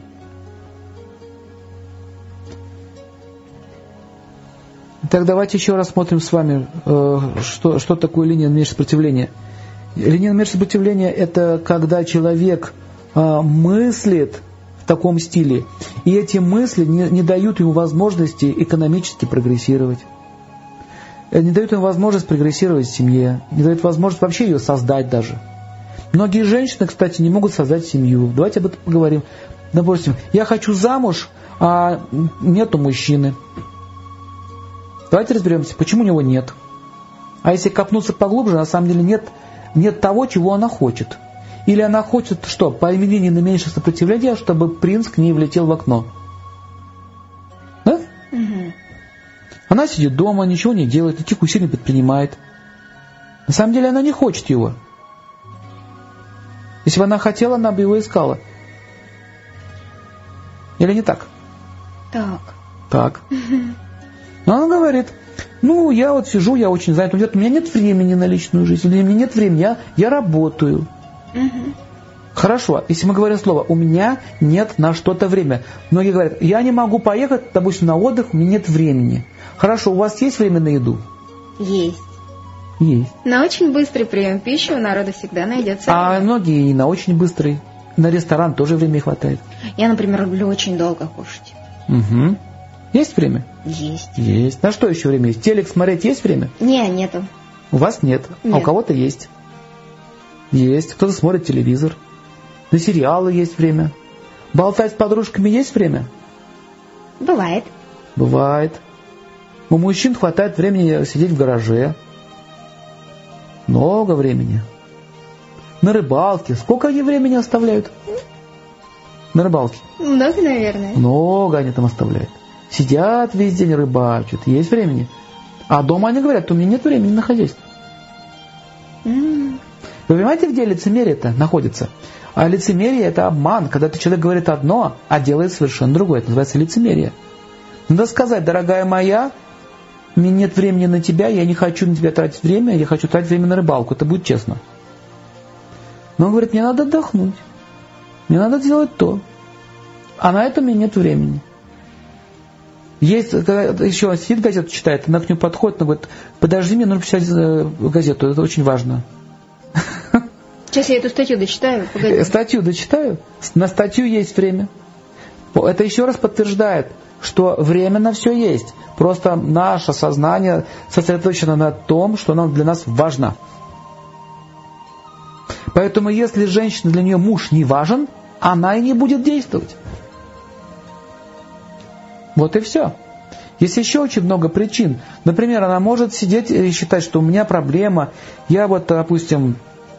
Так давайте еще рассмотрим с вами, что такое линия наименьшего сопротивления. Линия наименьшего сопротивления – это когда человек мыслит в таком стиле, и эти мысли не дают ему возможности экономически прогрессировать, не дают ему возможность прогрессировать в семье, не дают возможность вообще ее создать даже. Многие женщины, кстати, не могут создать семью. Давайте об этом поговорим. Допустим, я хочу замуж, а нету мужчины. Давайте разберемся, почему у него нет. А если копнуться поглубже, на самом деле нет того, чего она хочет. Или она хочет что? По применению наименьшего сопротивления, чтобы принц к ней влетел в окно. Да? Угу. Она сидит дома, ничего не делает, никаких усилий не предпринимает. На самом деле она не хочет его. Если бы она хотела, она бы его искала. Или не так? Так. Но она говорит, я вот сижу, я очень занят, у меня нет времени на личную жизнь, у меня нет времени, я работаю. Угу. Хорошо, если мы говорим слово, у меня нет на что-то время. Многие говорят, я не могу поехать, допустим, на отдых, у меня нет времени. Хорошо, у вас есть время на еду? Есть. Есть. На очень быстрый прием пищи у народа всегда найдется. А многие и на очень быстрый. На ресторан тоже времени хватает. Я, например, люблю очень долго кушать. Угу. Есть время? Есть. На что еще время есть? Телек смотреть есть время? Нету. У вас нет. А у кого-то есть. Есть. Кто-то смотрит телевизор. На сериалы есть время. Болтать с подружками есть время? Бывает. У мужчин хватает времени сидеть в гараже. Много времени. На рыбалке. Сколько они времени оставляют? на рыбалке? Много, наверное. Много они там оставляют. Сидят весь день, рыбачат, есть времени. А дома они говорят, у меня нет времени на хозяйство. Вы понимаете, где лицемерие-то находится? А лицемерие – это обман, когда человек говорит одно, а делает совершенно другое. Это называется лицемерие. Надо сказать, дорогая моя, у меня нет времени на тебя, я не хочу на тебя тратить время, я хочу тратить время на рыбалку. Это будет честно. Но он говорит, мне надо отдохнуть, мне надо делать то, а на это у меня нет времени. Есть, когда еще сидит газету читает, она к нему подходит, она говорит, подожди, мне нужно почитать газету, это очень важно. Сейчас я эту статью дочитаю. Погоди. Статью дочитаю, на статью есть время. Это еще раз подтверждает, что время на все есть. Просто наше сознание сосредоточено на том, что нам для нас важно. Поэтому если женщина, для нее муж не важен, она и не будет действовать. Вот и все. Есть еще очень много причин. Например, она может сидеть и считать, что у меня проблема, я вот, допустим,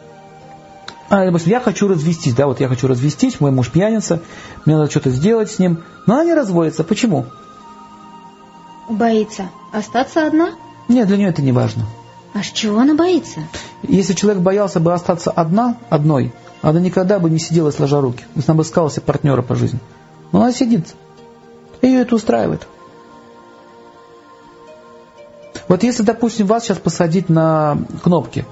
я хочу развестись, да, вот я хочу развестись, мой муж пьяница, мне надо что-то сделать с ним, но она не разводится. Почему? Боится остаться одна? Нет, для нее это не важно. А с чего она боится? Если человек боялся бы остаться одной, она никогда бы не сидела сложа руки, она бы искала себе партнера по жизни. Но она сидит, ее это устраивает. Вот если, допустим, вас сейчас посадить на кнопки,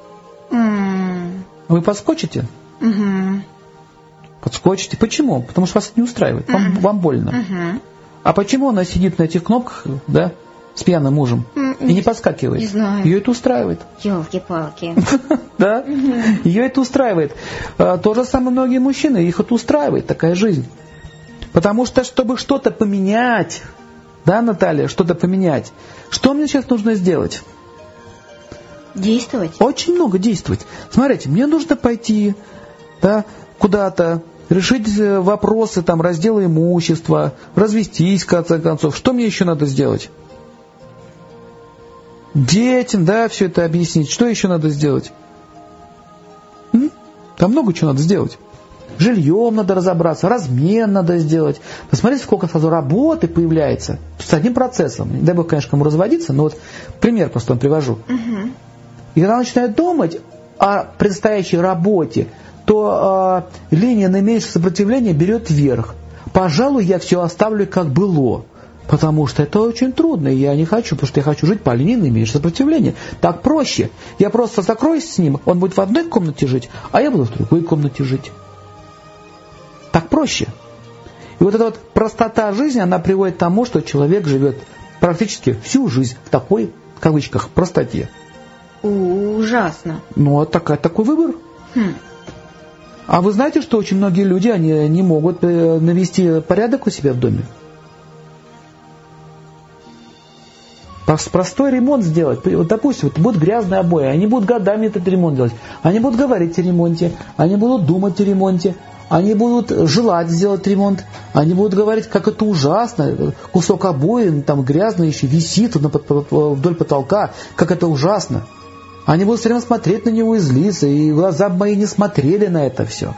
вы подскочите? Подскочите. Почему? Потому что вас это не устраивает, вам больно. А почему она сидит на этих кнопках, да, с пьяным мужем и не подскакивает? Не знаю. Ее это устраивает. Ёлки-палки. Да? Ее это устраивает. То же самое многие мужчины, их это устраивает, такая жизнь. Потому что, чтобы что-то поменять, да, Наталья, что-то поменять, что мне сейчас нужно сделать? Действовать. Очень много действовать. Смотрите, мне нужно пойти, да, куда-то, решить вопросы там, раздела имущества, развестись, в конце концов. Что мне еще надо сделать? Детям, да, все это объяснить. Что еще надо сделать? Там много чего надо сделать. Жильем надо разобраться, размен надо сделать. Посмотрите, сколько сразу работы появляется с одним процессом. Не дай бог, конечно, кому разводиться, но вот пример просто вам привожу. И когда начинает думать о предстоящей работе, то линия наименьшего сопротивления берет вверх. Пожалуй, я все оставлю как было, потому что это очень трудно, и я не хочу, потому что я хочу жить по линии наименьшего сопротивления. Так проще. Я просто закроюсь с ним, он будет в одной комнате жить, а я буду в другой комнате жить. Так проще. И вот эта вот простота жизни, она приводит к тому, что человек живет практически всю жизнь в такой, в кавычках, простоте. Ужасно. Ну, такой выбор. А вы знаете, что очень многие люди, они не могут навести порядок у себя в доме? Простой ремонт сделать. Вот, допустим, вот будут грязные обои, они будут годами этот ремонт делать. Они будут говорить о ремонте, они будут думать о ремонте, они будут желать сделать ремонт, они будут говорить, как это ужасно, кусок обои там грязный еще висит вдоль потолка, как это ужасно. Они будут все время смотреть на него и злиться, и глаза мои не смотрели на это все.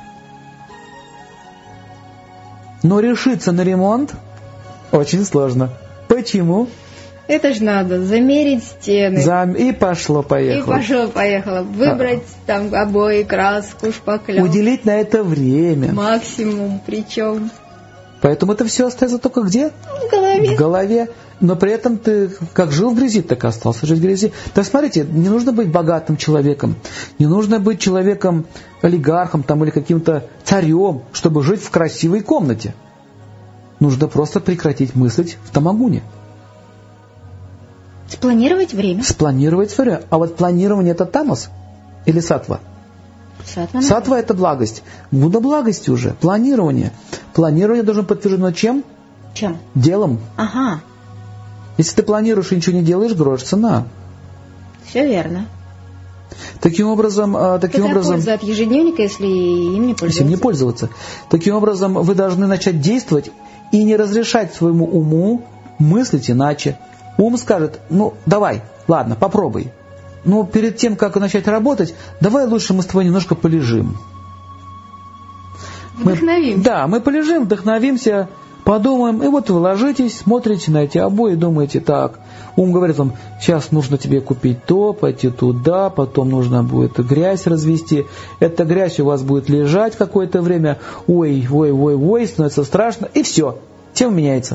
Но решиться на ремонт очень сложно. Почему? Это же надо замерить стены. И пошло-поехало. И пошло-поехало. Выбрать там обои, краску, шпаклевку. Уделить на это время. Максимум причем. Поэтому это все остается только где? В голове. В голове. Но при этом ты как жил в грязи, так и остался жить в грязи. Так смотрите, не нужно быть богатым человеком, не нужно быть человеком, олигархом там, или каким-то царем, чтобы жить в красивой комнате. Нужно просто прекратить мыслить в тамагуне. Спланировать время. Спланировать время. А вот планирование — это тамас или сатва? Сатва — это благость. Будда благости уже. Планирование. Планирование должно подтверждено чем? Чем? Делом. Ага. Если ты планируешь и ничего не делаешь, грош цена. Все верно. Таким образом... Какая польза от ежедневника, если им не пользоваться? Если им не пользоваться. Таким образом, вы должны начать действовать и не разрешать своему уму мыслить иначе. Ум скажет, ну, давай, ладно, попробуй. Но перед тем, как начать работать, давай лучше мы с тобой немножко полежим. Вдохновимся. Мы полежим, вдохновимся, подумаем, и вот вы ложитесь, смотрите на эти обои, думаете, так, ум говорит вам, сейчас нужно тебе купить то, пойти туда, потом нужно будет грязь развести, эта грязь у вас будет лежать какое-то время, ой, становится страшно, и все, тема меняется.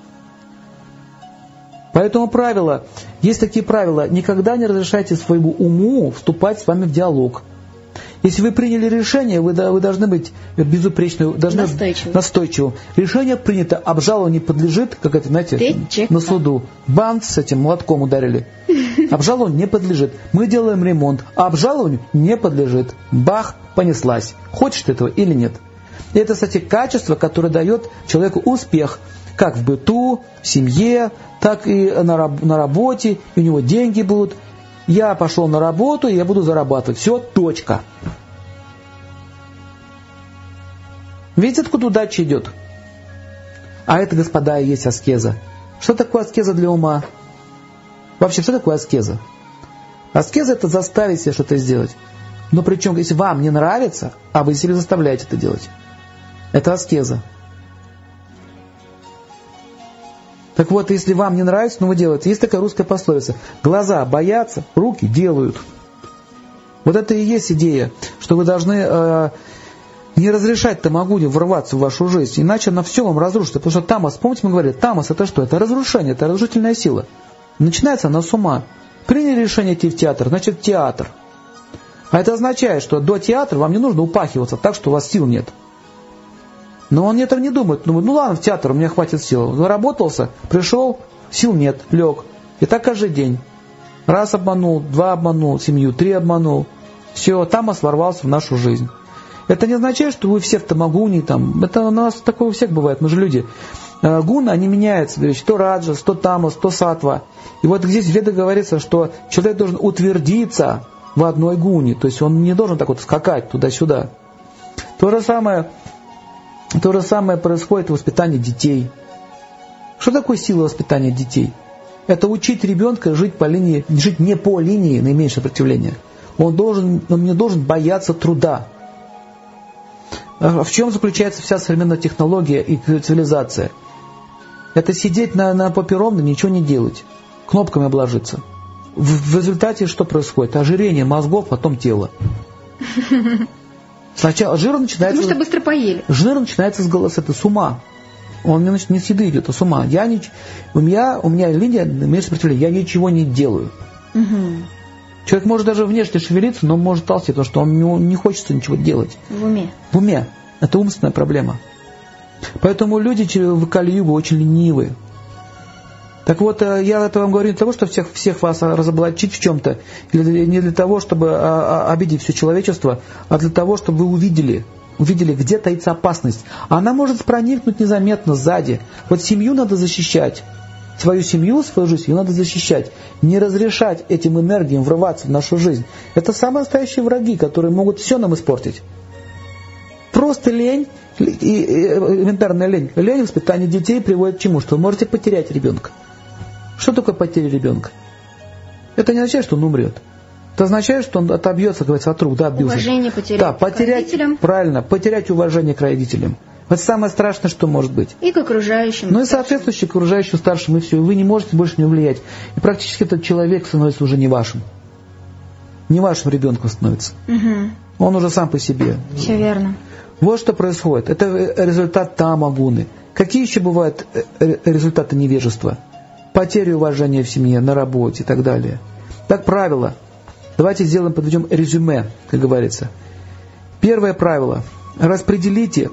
Поэтому правило, есть такие правила, никогда не разрешайте своему уму вступать с вами в диалог. Если вы приняли решение, вы должны быть безупречны, должны настойчивым. Решение принято, обжалованию не подлежит, как это, знаете, на суду. Банк с этим молотком ударили. Обжалованию не подлежит. Мы делаем ремонт, а обжалованию не подлежит. Бах, понеслась. Хочешь ты этого или нет? И это, кстати, качество, которое дает человеку успех, как в быту, в семье, так и на работе, и у него деньги будут. Я пошел на работу, и я буду зарабатывать. Все, точка. Видите, откуда удача идет? А это, господа, и есть аскеза. Что такое аскеза для ума? Вообще, что такое аскеза? Аскеза – это заставить себя что-то сделать. Но причем, если вам не нравится, а вы себе заставляете это делать, это аскеза. Так вот, если вам не нравится, но вы делаете. Есть такая русская пословица. Глаза боятся, руки делают. Вот это и есть идея, что вы должны не разрешать тамагуне ворваться в вашу жизнь, иначе она все вам разрушит. Потому что тамас, помните, мы говорили, тамас это что? Это разрушение, это разрушительная сила. Начинается она с ума. Приняли решение идти в театр, значит театр. А это означает, что до театра вам не нужно упахиваться так, что у вас сил нет. Но он этого не думает. Думает, ну ладно, в театр, у меня хватит сил. Заработался, пришел, сил нет, лег. И так каждый день. Раз обманул, два обманул, семью, 3 обманул. Все, тамас ворвался в нашу жизнь. Это не означает, что вы все в тамагуне. Там. Это у нас такое у всех бывает, мы же люди. Гуны, они меняются. То раджас, то тамас, то сатва. И вот здесь в Ведах говорится, что человек должен утвердиться в одной гуне. То есть он не должен так вот скакать туда-сюда. То же самое происходит в воспитании детей. Что такое сила воспитания детей? Это учить ребенка жить не по линии наименьшего сопротивления. Он не должен бояться труда. В чем заключается вся современная технология и цивилизация? Это сидеть на попе ровно, ничего не делать, кнопками обложиться. В результате что происходит? Ожирение мозгов, потом тело. Сначала жир начинается... Потому что быстро поели. Жир начинается с ума. Он не с еды идет, а с ума. У меня линия меньше сопротивления. Я ничего не делаю. Угу. Человек может даже внешне шевелиться, но может толстеть, потому что он не хочется ничего делать. В уме. В уме. Это умственная проблема. Поэтому люди в Кали-югу очень ленивые. Так вот, я это вам говорю не для того, чтобы всех вас разоблачить в чем-то, или не для того, чтобы обидеть все человечество, а для того, чтобы вы увидели, где таится опасность. Она может проникнуть незаметно сзади. Вот семью надо защищать. Свою семью, свою жизнь ее надо защищать. Не разрешать этим энергиям врываться в нашу жизнь. Это самые настоящие враги, которые могут все нам испортить. Просто лень, элементарная лень. Лень в воспитании детей приводит к чему? Что вы можете потерять ребенка. Что такое потеря ребенка? Это не означает, что он умрет. Это означает, что он отобьется, говорится, от рук. Да, отбился. Уважение потерять к родителям. Правильно, потерять уважение к родителям. Это самое страшное, что может быть. И к окружающим. Ну и соответствующе к окружающим старшим, и все. Вы не можете больше не влиять. И практически этот человек становится уже не вашим. Не вашим ребенком становится. Угу. Он уже сам по себе. Все верно. Вот что происходит. Это результат тамагуны. Какие еще бывают результаты невежества? Потеря уважения в семье, на работе и так далее. Так, правило. Давайте подведем резюме, как говорится. Первое правило. Распределите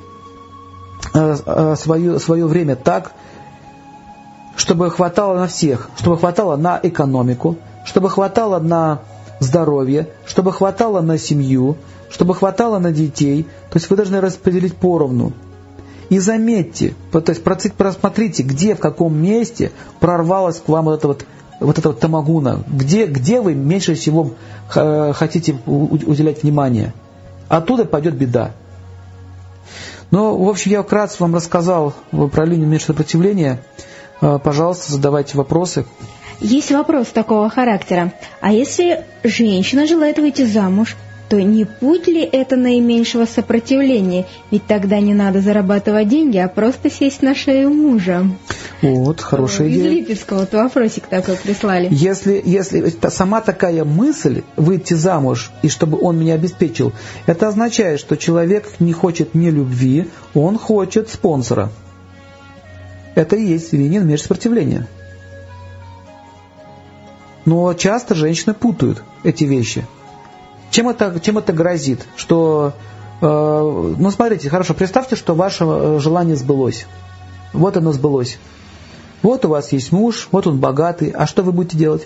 свое время так, чтобы хватало на всех. Чтобы хватало на экономику, чтобы хватало на здоровье, чтобы хватало на семью, чтобы хватало на детей. То есть вы должны распределить поровну. И заметьте, то есть просмотрите, где, в каком месте прорвалась к вам вот эта тамагуна, где вы меньше всего хотите уделять внимание. Оттуда пойдет беда. Ну, в общем, я вкратце вам рассказал про линию меньшего сопротивления. Пожалуйста, задавайте вопросы. Есть вопрос такого характера. А если женщина желает выйти замуж, то не путь ли это наименьшего сопротивления? Ведь тогда не надо зарабатывать деньги, а просто сесть на шею мужа. Вот, хорошая идея. Из Липецкого вот вопросик такой прислали. Если сама такая мысль выйти замуж и чтобы он меня обеспечил, это означает, что человек не хочет не любви, он хочет спонсора. Это и есть винен меж сопротивления. Но часто женщины путают эти вещи. Чем это грозит? Что, ну смотрите, хорошо, представьте, что ваше желание сбылось. Вот оно сбылось. Вот у вас есть муж, вот он богатый, а что вы будете делать?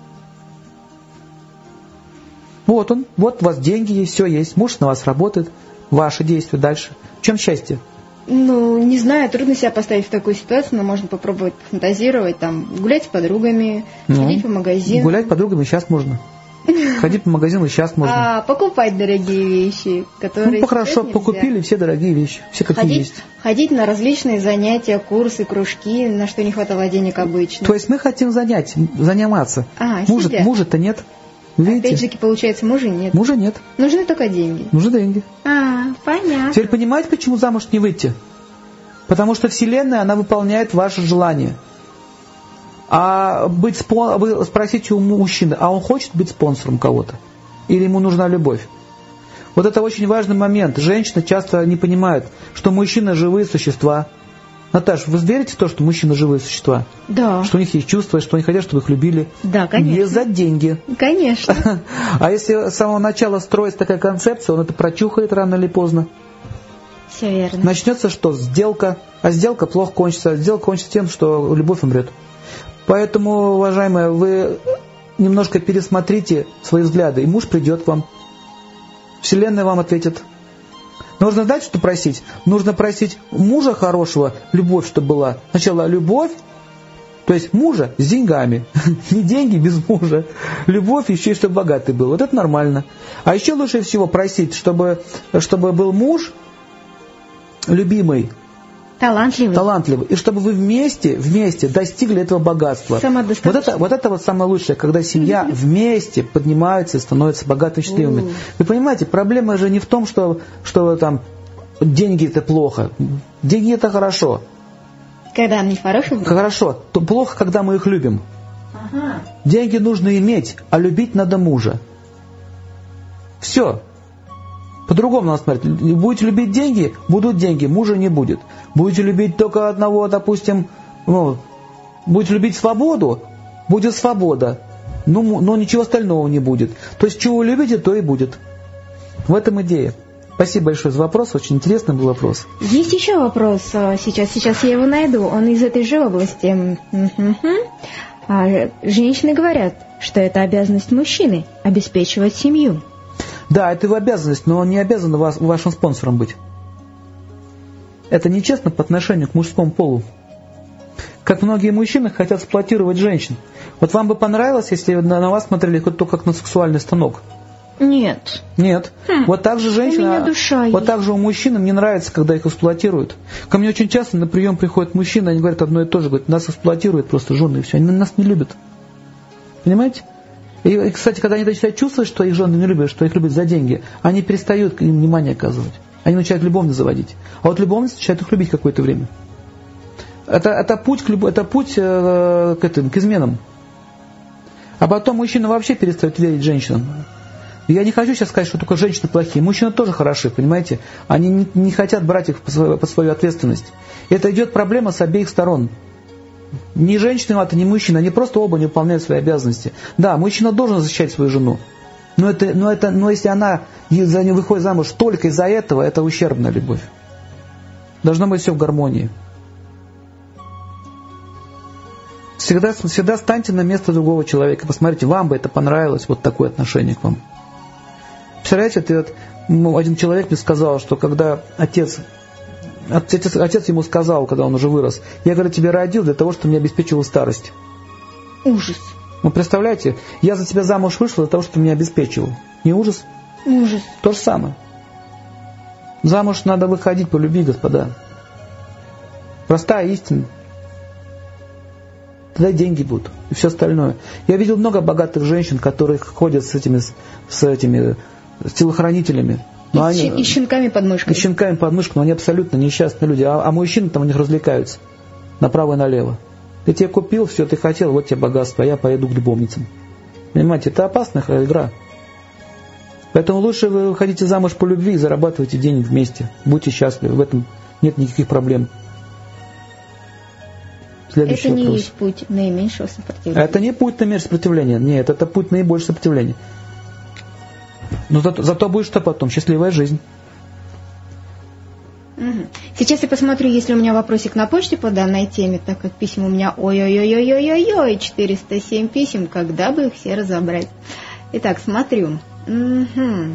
Вот он, вот у вас деньги есть, все есть, муж на вас работает, ваши действия дальше. В чем счастье? Ну, не знаю, трудно себя поставить в такую ситуацию, но можно попробовать пофантазировать, там, гулять с подругами, ходить по магазину. Гулять с подругами сейчас можно. Ходить по магазину сейчас можно. А покупать дорогие вещи, которые... Ну, хорошо, покупили все дорогие вещи, все какие есть. Ходить на различные занятия, курсы, кружки, на что не хватало денег обычно. То есть мы хотим заниматься. Мужа-то нет. Видите? Опять-таки, получается, мужа нет. Мужа нет. Нужны только деньги. Нужны деньги. Понятно. Теперь понимаете, почему замуж не выйти? Потому что Вселенная, она выполняет ваше желание. А вы спросите у мужчины, а он хочет быть спонсором кого-то? Или ему нужна любовь? Вот это очень важный момент. Женщины часто не понимают, что мужчины живые существа. Наташа, вы верите в то, что мужчины живые существа? Да. Что у них есть чувства, что они хотят, чтобы их любили? Да, конечно. Не за деньги. Конечно. А если с самого начала строится такая концепция, он это прочухает рано или поздно. Все верно. Начнется что? Сделка. А сделка плохо кончится. А сделка кончится тем, что любовь умрет. Поэтому, уважаемые, вы немножко пересмотрите свои взгляды, и муж придет к вам. Вселенная вам ответит. Нужно знать, что просить? Нужно просить мужа хорошего, любовь, чтобы была. Сначала любовь, то есть мужа с деньгами. Не деньги без мужа. Любовь еще и чтобы богатый был. Вот это нормально. А еще лучше всего просить, чтобы был муж любимый, талантливый. И чтобы вы вместе достигли этого богатства. Вот это самое лучшее, когда семья вместе поднимается и становится богатыми, счастливыми. Вы понимаете, проблема же не в том, что там деньги это плохо. Деньги это хорошо. Когда они хорошие? Хорошо. То плохо, когда мы их любим. Деньги нужно иметь, а любить надо мужа. Все. По-другому надо смотреть. Будете любить деньги, будут деньги, мужа не будет. Будете любить только одного, допустим, будете любить свободу, будет свобода, но ничего остального не будет. То есть, чего вы любите, то и будет. В этом идея. Спасибо большое за вопрос, очень интересный был вопрос. Есть еще вопрос, сейчас я его найду, он из этой же области. Женщины говорят, что это обязанность мужчины – обеспечивать семью. Да, это его обязанность, но он не обязан вашим спонсором быть. Это нечестно по отношению к мужскому полу. Как многие мужчины хотят эксплуатировать женщин. Вот вам бы понравилось, если на вас смотрели только как на сексуальный станок? Нет. Вот так же женщина, вот так же у мужчин не нравится, когда их эксплуатируют. Ко мне очень часто на прием приходят мужчины, они говорят одно и то же, говорят, нас эксплуатируют просто жены и все, они нас не любят. Понимаете? И, кстати, когда они начинают чувствовать, что их жены не любят, что их любят за деньги, они перестают им внимание оказывать. Они начинают любовно заводить. А вот любовницы начинают их любить какое-то время. Это путь к изменам. А потом мужчина вообще перестает верить женщинам. Я не хочу сейчас сказать, что только женщины плохие. Мужчины тоже хороши, понимаете? Они не хотят брать их под свою ответственность. И это идет проблема с обеих сторон. Ни женщина, ни мужчина, они просто оба не выполняют свои обязанности. Да, мужчина должен защищать свою жену. Но если она выходит замуж только из-за этого, это ущербная любовь. Должно быть все в гармонии. Всегда станьте на место другого человека. Посмотрите, вам бы это понравилось, вот такое отношение к вам. Представляете, один человек мне сказал, что когда отец ему сказал, когда он уже вырос, я, говорю, тебя родил для того, чтобы меня обеспечивал старость. Ужас. Вы представляете, я за тебя замуж вышел для того, чтобы меня обеспечивал. Не ужас? Ужас. То же самое. Замуж надо выходить по любви, господа. Простая истина. Тогда деньги будут и все остальное. Я видел много богатых женщин, которые ходят с этими с телохранителями. И щенками под мышкой. И щенками под мышкой, но они абсолютно несчастные люди. А мужчины там у них развлекаются направо и налево. Ты тебе купил, все, ты хотел, вот тебе богатство, а я поеду к любовницам. Понимаете, это опасная игра. Поэтому лучше вы выходите замуж по любви и зарабатывайте денег вместе. Будьте счастливы, в этом нет никаких проблем. Следующий вопрос. Не есть путь наименьшего сопротивления. Это не путь наименьшего сопротивления. Нет, это путь наибольшего сопротивления. Но зато будет что потом? Счастливая жизнь. Угу. Сейчас я посмотрю, есть ли у меня вопросик на почте по данной теме, так как писем у меня ой-ой-ой-ой-ой-ой, 407 писем, когда бы их все разобрать. Итак, смотрю. Угу.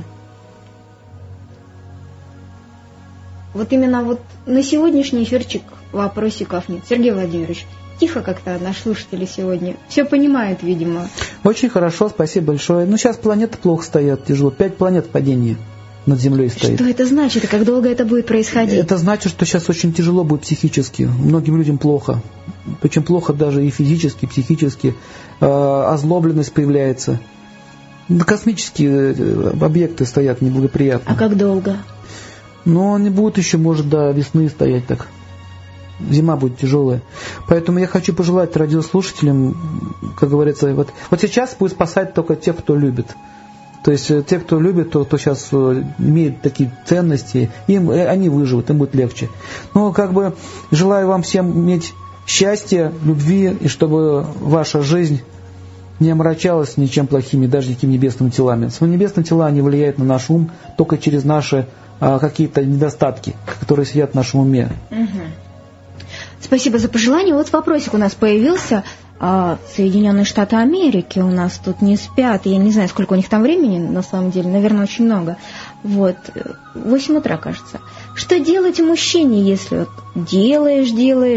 Вот именно вот на сегодняшний эфирчик вопросиков нет. Сергей Владимирович, тихо как-то наш слушатель сегодня. Все понимает, видимо. Очень хорошо, спасибо большое. Ну, сейчас планеты плохо стоят, тяжело. 5 планет в падении над Землей стоит. Что это значит и как долго это будет происходить? Это значит, что сейчас очень тяжело будет психически. Многим людям плохо. Причем плохо даже и физически, и психически. Озлобленность появляется. Космические объекты стоят неблагоприятно. А как долго? Ну, они будут еще, может, до весны стоять так. Зима будет тяжелая. Поэтому я хочу пожелать радиослушателям, как говорится, вот сейчас будет спасать только тех, кто любит. То есть те, кто любит, кто сейчас имеет такие ценности, они выживут, им будет легче. Но как бы желаю вам всем иметь счастье, любви, и чтобы ваша жизнь не омрачалась ничем плохими, даже никакими небесными телами. Свои небесные тела, они влияют на наш ум только через наши какие-то недостатки, которые сидят в нашем уме. Угу. Спасибо за пожелание. Вот вопросик у нас появился. Соединенные Штаты Америки у нас тут не спят. Я не знаю, сколько у них там времени, на самом деле. Наверное, очень много. Вот. 8 утра, кажется. Что делать мужчине, если вот делаешь,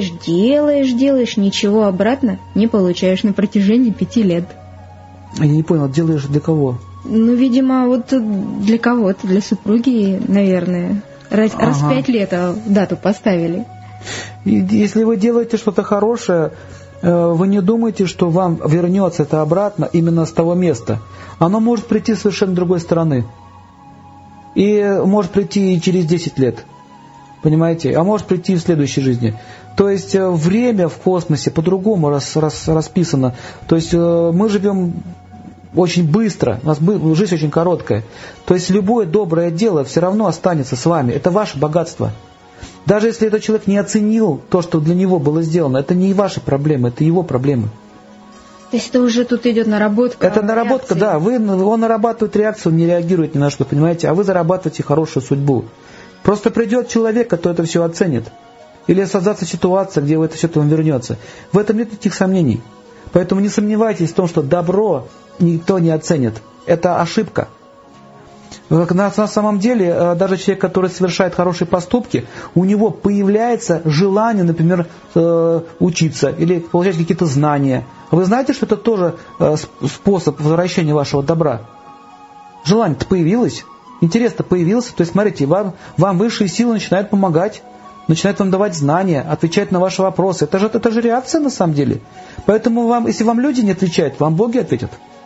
ничего обратно не получаешь на протяжении 5 лет? Я не понял, делаешь для кого? Ну, видимо, вот для кого-то, для супруги, наверное. Раз 5 лет дату поставили. И если вы делаете что-то хорошее, вы не думайте, что вам вернется это обратно именно с того места. Оно может прийти с совершенно другой стороны. И может прийти и через 10 лет. Понимаете? А может прийти и в следующей жизни. То есть время в космосе по-другому расписано. То есть мы живем очень быстро, у нас жизнь очень короткая. То есть любое доброе дело все равно останется с вами. Это ваше богатство. Даже если этот человек не оценил то, что для него было сделано, это не ваши проблемы, это его проблемы. То есть это уже тут идет наработка? Это наработка, да. Он нарабатывает реакцию, не реагирует ни на что, понимаете? А вы зарабатываете хорошую судьбу. Просто придет человек, который это все оценит. Или создастся ситуация, где это все вам вернется. В этом нет никаких сомнений. Поэтому не сомневайтесь в том, что добро никто не оценит. Это ошибка. На самом деле, даже человек, который совершает хорошие поступки, у него появляется желание, например, учиться или получать какие-то знания. Вы знаете, что это тоже способ возвращения вашего добра? Желание-то появилось, интерес-то появился. То есть, смотрите, вам высшие силы начинают помогать, начинают вам давать знания, отвечать на ваши вопросы. Это же реакция на самом деле. Поэтому если вам люди не отвечают, вам боги ответят.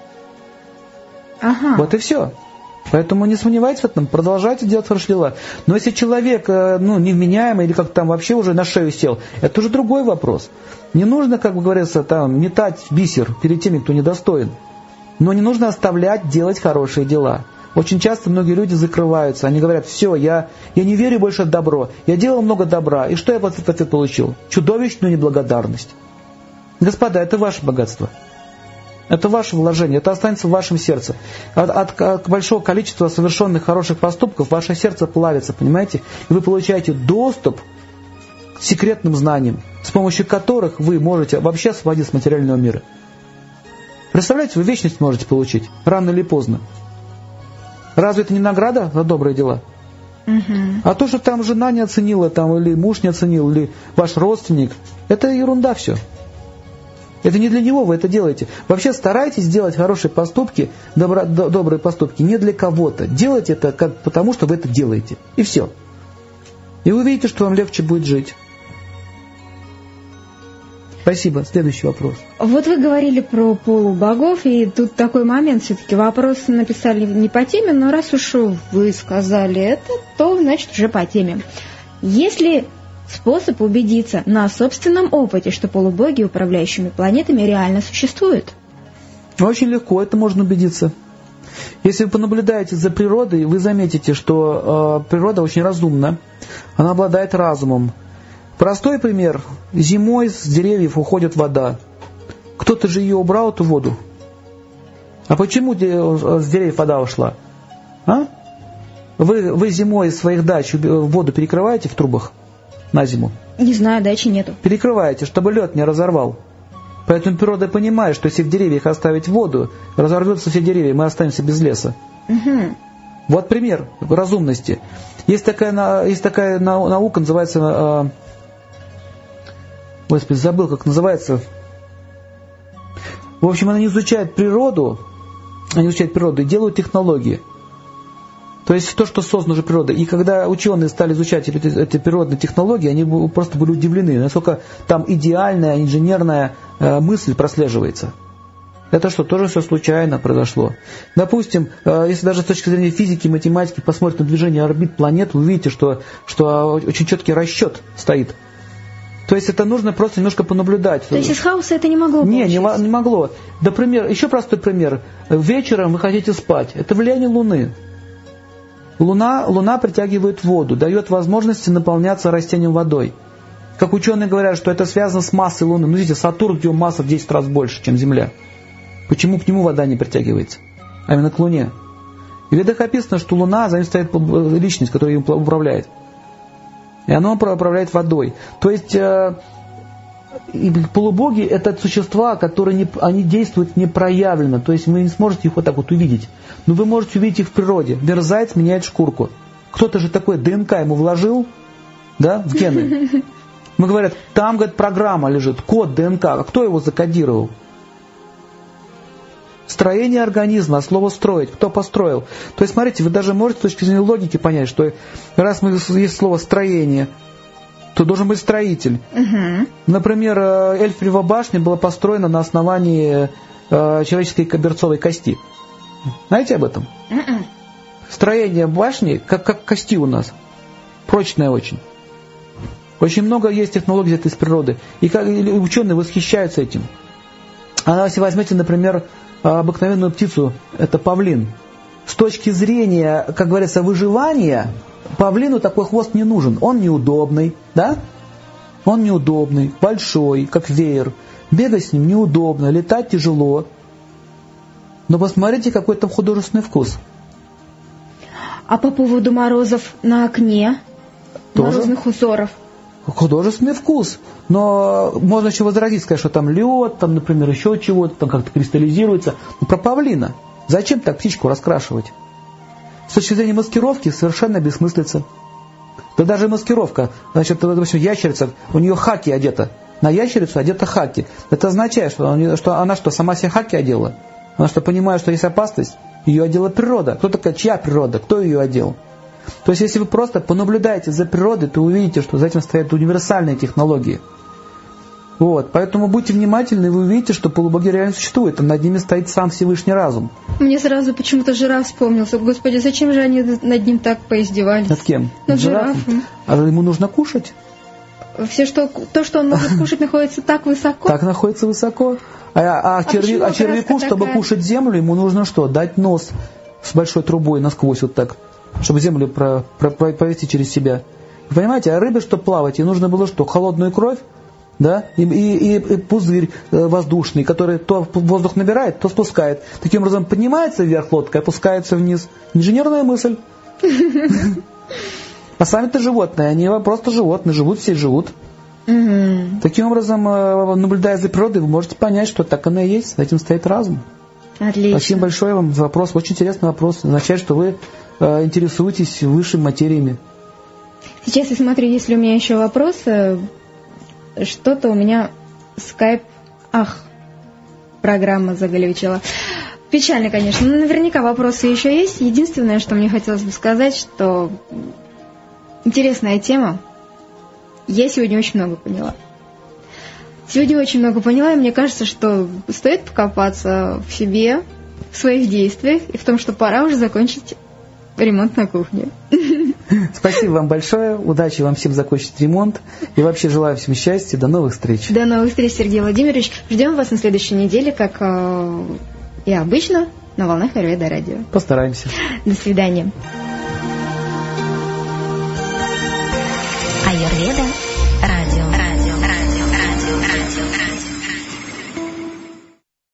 Ага. Вот и все. Поэтому не сомневайтесь в этом, продолжайте делать хорошие дела. Но если человек невменяемый или как там вообще уже на шею сел, это уже другой вопрос. Не нужно, как бы говорится, там, метать бисер перед теми, кто недостоин. Но не нужно оставлять делать хорошие дела. Очень часто многие люди закрываются, они говорят: все, я не верю больше в добро, я делал много добра, и что я в ответ получил? Чудовищную неблагодарность. Господа, это ваше богатство. Это ваше вложение, это останется в вашем сердце. От большого количества совершенных хороших поступков ваше сердце плавится, понимаете? И вы получаете доступ к секретным знаниям, с помощью которых вы можете вообще освободиться от материального мира. Представляете, вы вечность можете получить, рано или поздно. Разве это не награда за добрые дела? А то, что там жена не оценила, там, или муж не оценил, или ваш родственник, это ерунда все. Это не для него вы это делаете. Вообще старайтесь делать хорошие поступки, добрые поступки не для кого-то. Делайте это потому, что вы это делаете. И все. И вы увидите, что вам легче будет жить. Спасибо. Следующий вопрос. Вот вы говорили про полубогов, и тут такой момент, все-таки вопрос написали не по теме, но раз уж вы сказали это, то значит уже по теме. Есть ли способ убедиться на собственном опыте, что полубоги, управляющими планетами, реально существуют? Очень легко, это можно убедиться. Если вы понаблюдаете за природой, вы заметите, что природа очень разумна, она обладает разумом. Простой пример. Зимой с деревьев уходит вода. Кто-то же ее убрал, эту воду. А почему с деревьев вода ушла? А? Вы зимой из своих дач воду перекрываете в трубах на зиму? Не знаю, дачи нету. Перекрываете, чтобы лед не разорвал. Поэтому природа понимает, что если в деревьях оставить воду, разорвутся все деревья, мы останемся без леса. Угу. Вот пример разумности. Есть такая наука, называется... Господи, забыл, как называется. В общем, они изучают природу и делают технологии. То есть то, что создано уже природой. И когда ученые стали изучать эти природные технологии, они просто были удивлены, насколько там идеальная инженерная мысль прослеживается. Это что, тоже все случайно произошло? Допустим, если даже с точки зрения физики, математики посмотреть на движение орбит планет, вы увидите, что очень четкий расчет стоит. То есть это нужно просто немножко понаблюдать. То есть из хаоса это не могло получиться? Не могло. Например, еще простой пример. Вечером вы хотите спать. Это влияние Луны. Луна притягивает воду, дает возможности наполняться растениям водой. Как ученые говорят, что это связано с массой Луны. Ну, видите, Сатурн, где масса в 10 раз больше, чем Земля. Почему к нему вода не притягивается? А именно к Луне. И в Ведах описано, что Луна, за ним стоит личность, которая им управляет. И она управляет водой. То есть полубоги – это существа, которые они действуют непроявленно. То есть вы не сможете их вот так вот увидеть. Но вы можете увидеть их в природе. Заяц меняет шкурку. Кто-то же такой ДНК ему вложил, да, в гены. Мы говорят, там, говорит, программа лежит, код ДНК. А кто его закодировал? Строение организма, слово «строить». Кто построил? То есть, смотрите, вы даже можете с точки зрения логики понять, что раз есть слово «строение», то должен быть строитель. Угу. Например, Эльфрева башня была построена на основании человеческой берцовой кости. Знаете об этом? Строение башни, как кости у нас. Прочное очень. Очень много есть технологий из природы. И ученые восхищаются этим. А если возьмете, например, обыкновенную птицу, это павлин. С точки зрения, как говорится, выживания, павлину такой хвост не нужен. Он неудобный, да? Он неудобный, большой, как веер. Бегать с ним неудобно, летать тяжело. Но посмотрите, какой там художественный вкус. А по поводу морозов на окне? Тоже? Морозных узоров? Художественный вкус. Но можно еще возразить, сказать, что там лед, там, например, еще чего-то, там как-то кристаллизируется. Но про павлина. Зачем так птичку раскрашивать? С точки зрения маскировки совершенно бессмыслица. Да даже маскировка. Значит, допустим, ящерица, у нее хаки одета. На ящерицу одета хаки. Это означает, что она сама себе хаки одела. Она что, понимает, что есть опасность? Ее одела природа. Кто такая, чья природа? Кто ее одел? То есть, если вы просто понаблюдаете за природой, то увидите, что за этим стоят универсальные технологии. Вот. Поэтому будьте внимательны, и вы увидите, что полубоги реально существуют, а над ними стоит сам Всевышний разум. Мне сразу почему-то жираф вспомнился. Господи, зачем же они над ним так поиздевались? Над кем? Над жирафом. А ему нужно кушать. То, что он может кушать, находится так высоко. Так находится высоко. А червяку, чтобы кушать землю, ему нужно что? Дать нос с большой трубой насквозь вот так, чтобы землю провести через себя. Вы понимаете, а рыбе, чтобы плавать, ей нужно было что? Холодную кровь, да? И пузырь воздушный, который то воздух набирает, то спускает. Таким образом поднимается вверх лодка, опускается вниз. Инженерная мысль. А сами-то животные, они просто животные, живут все живут. Угу. Таким образом, наблюдая за природой, вы можете понять, что так оно и есть, за этим стоит разум. Отлично. Спасибо большое вам за вопрос, очень интересный вопрос. Означает, что вы интересуетесь высшими материями. Сейчас я смотрю, есть ли у меня еще вопросы. Что-то у меня скайп... программа заглючила. Печально, конечно, но наверняка вопросы еще есть. Единственное, что мне хотелось бы сказать, что интересная тема. Я сегодня очень много поняла. Сегодня очень много поняла, и мне кажется, что стоит покопаться в себе, в своих действиях, и в том, что пора уже закончить ремонт на кухне. Спасибо вам большое, удачи вам всем закончить ремонт, и вообще желаю всем счастья, до новых встреч. До новых встреч, Сергей Владимирович. Ждем вас на следующей неделе, как и обычно, на волнах Аюрведа радио. Постараемся. До свидания. Аюрведа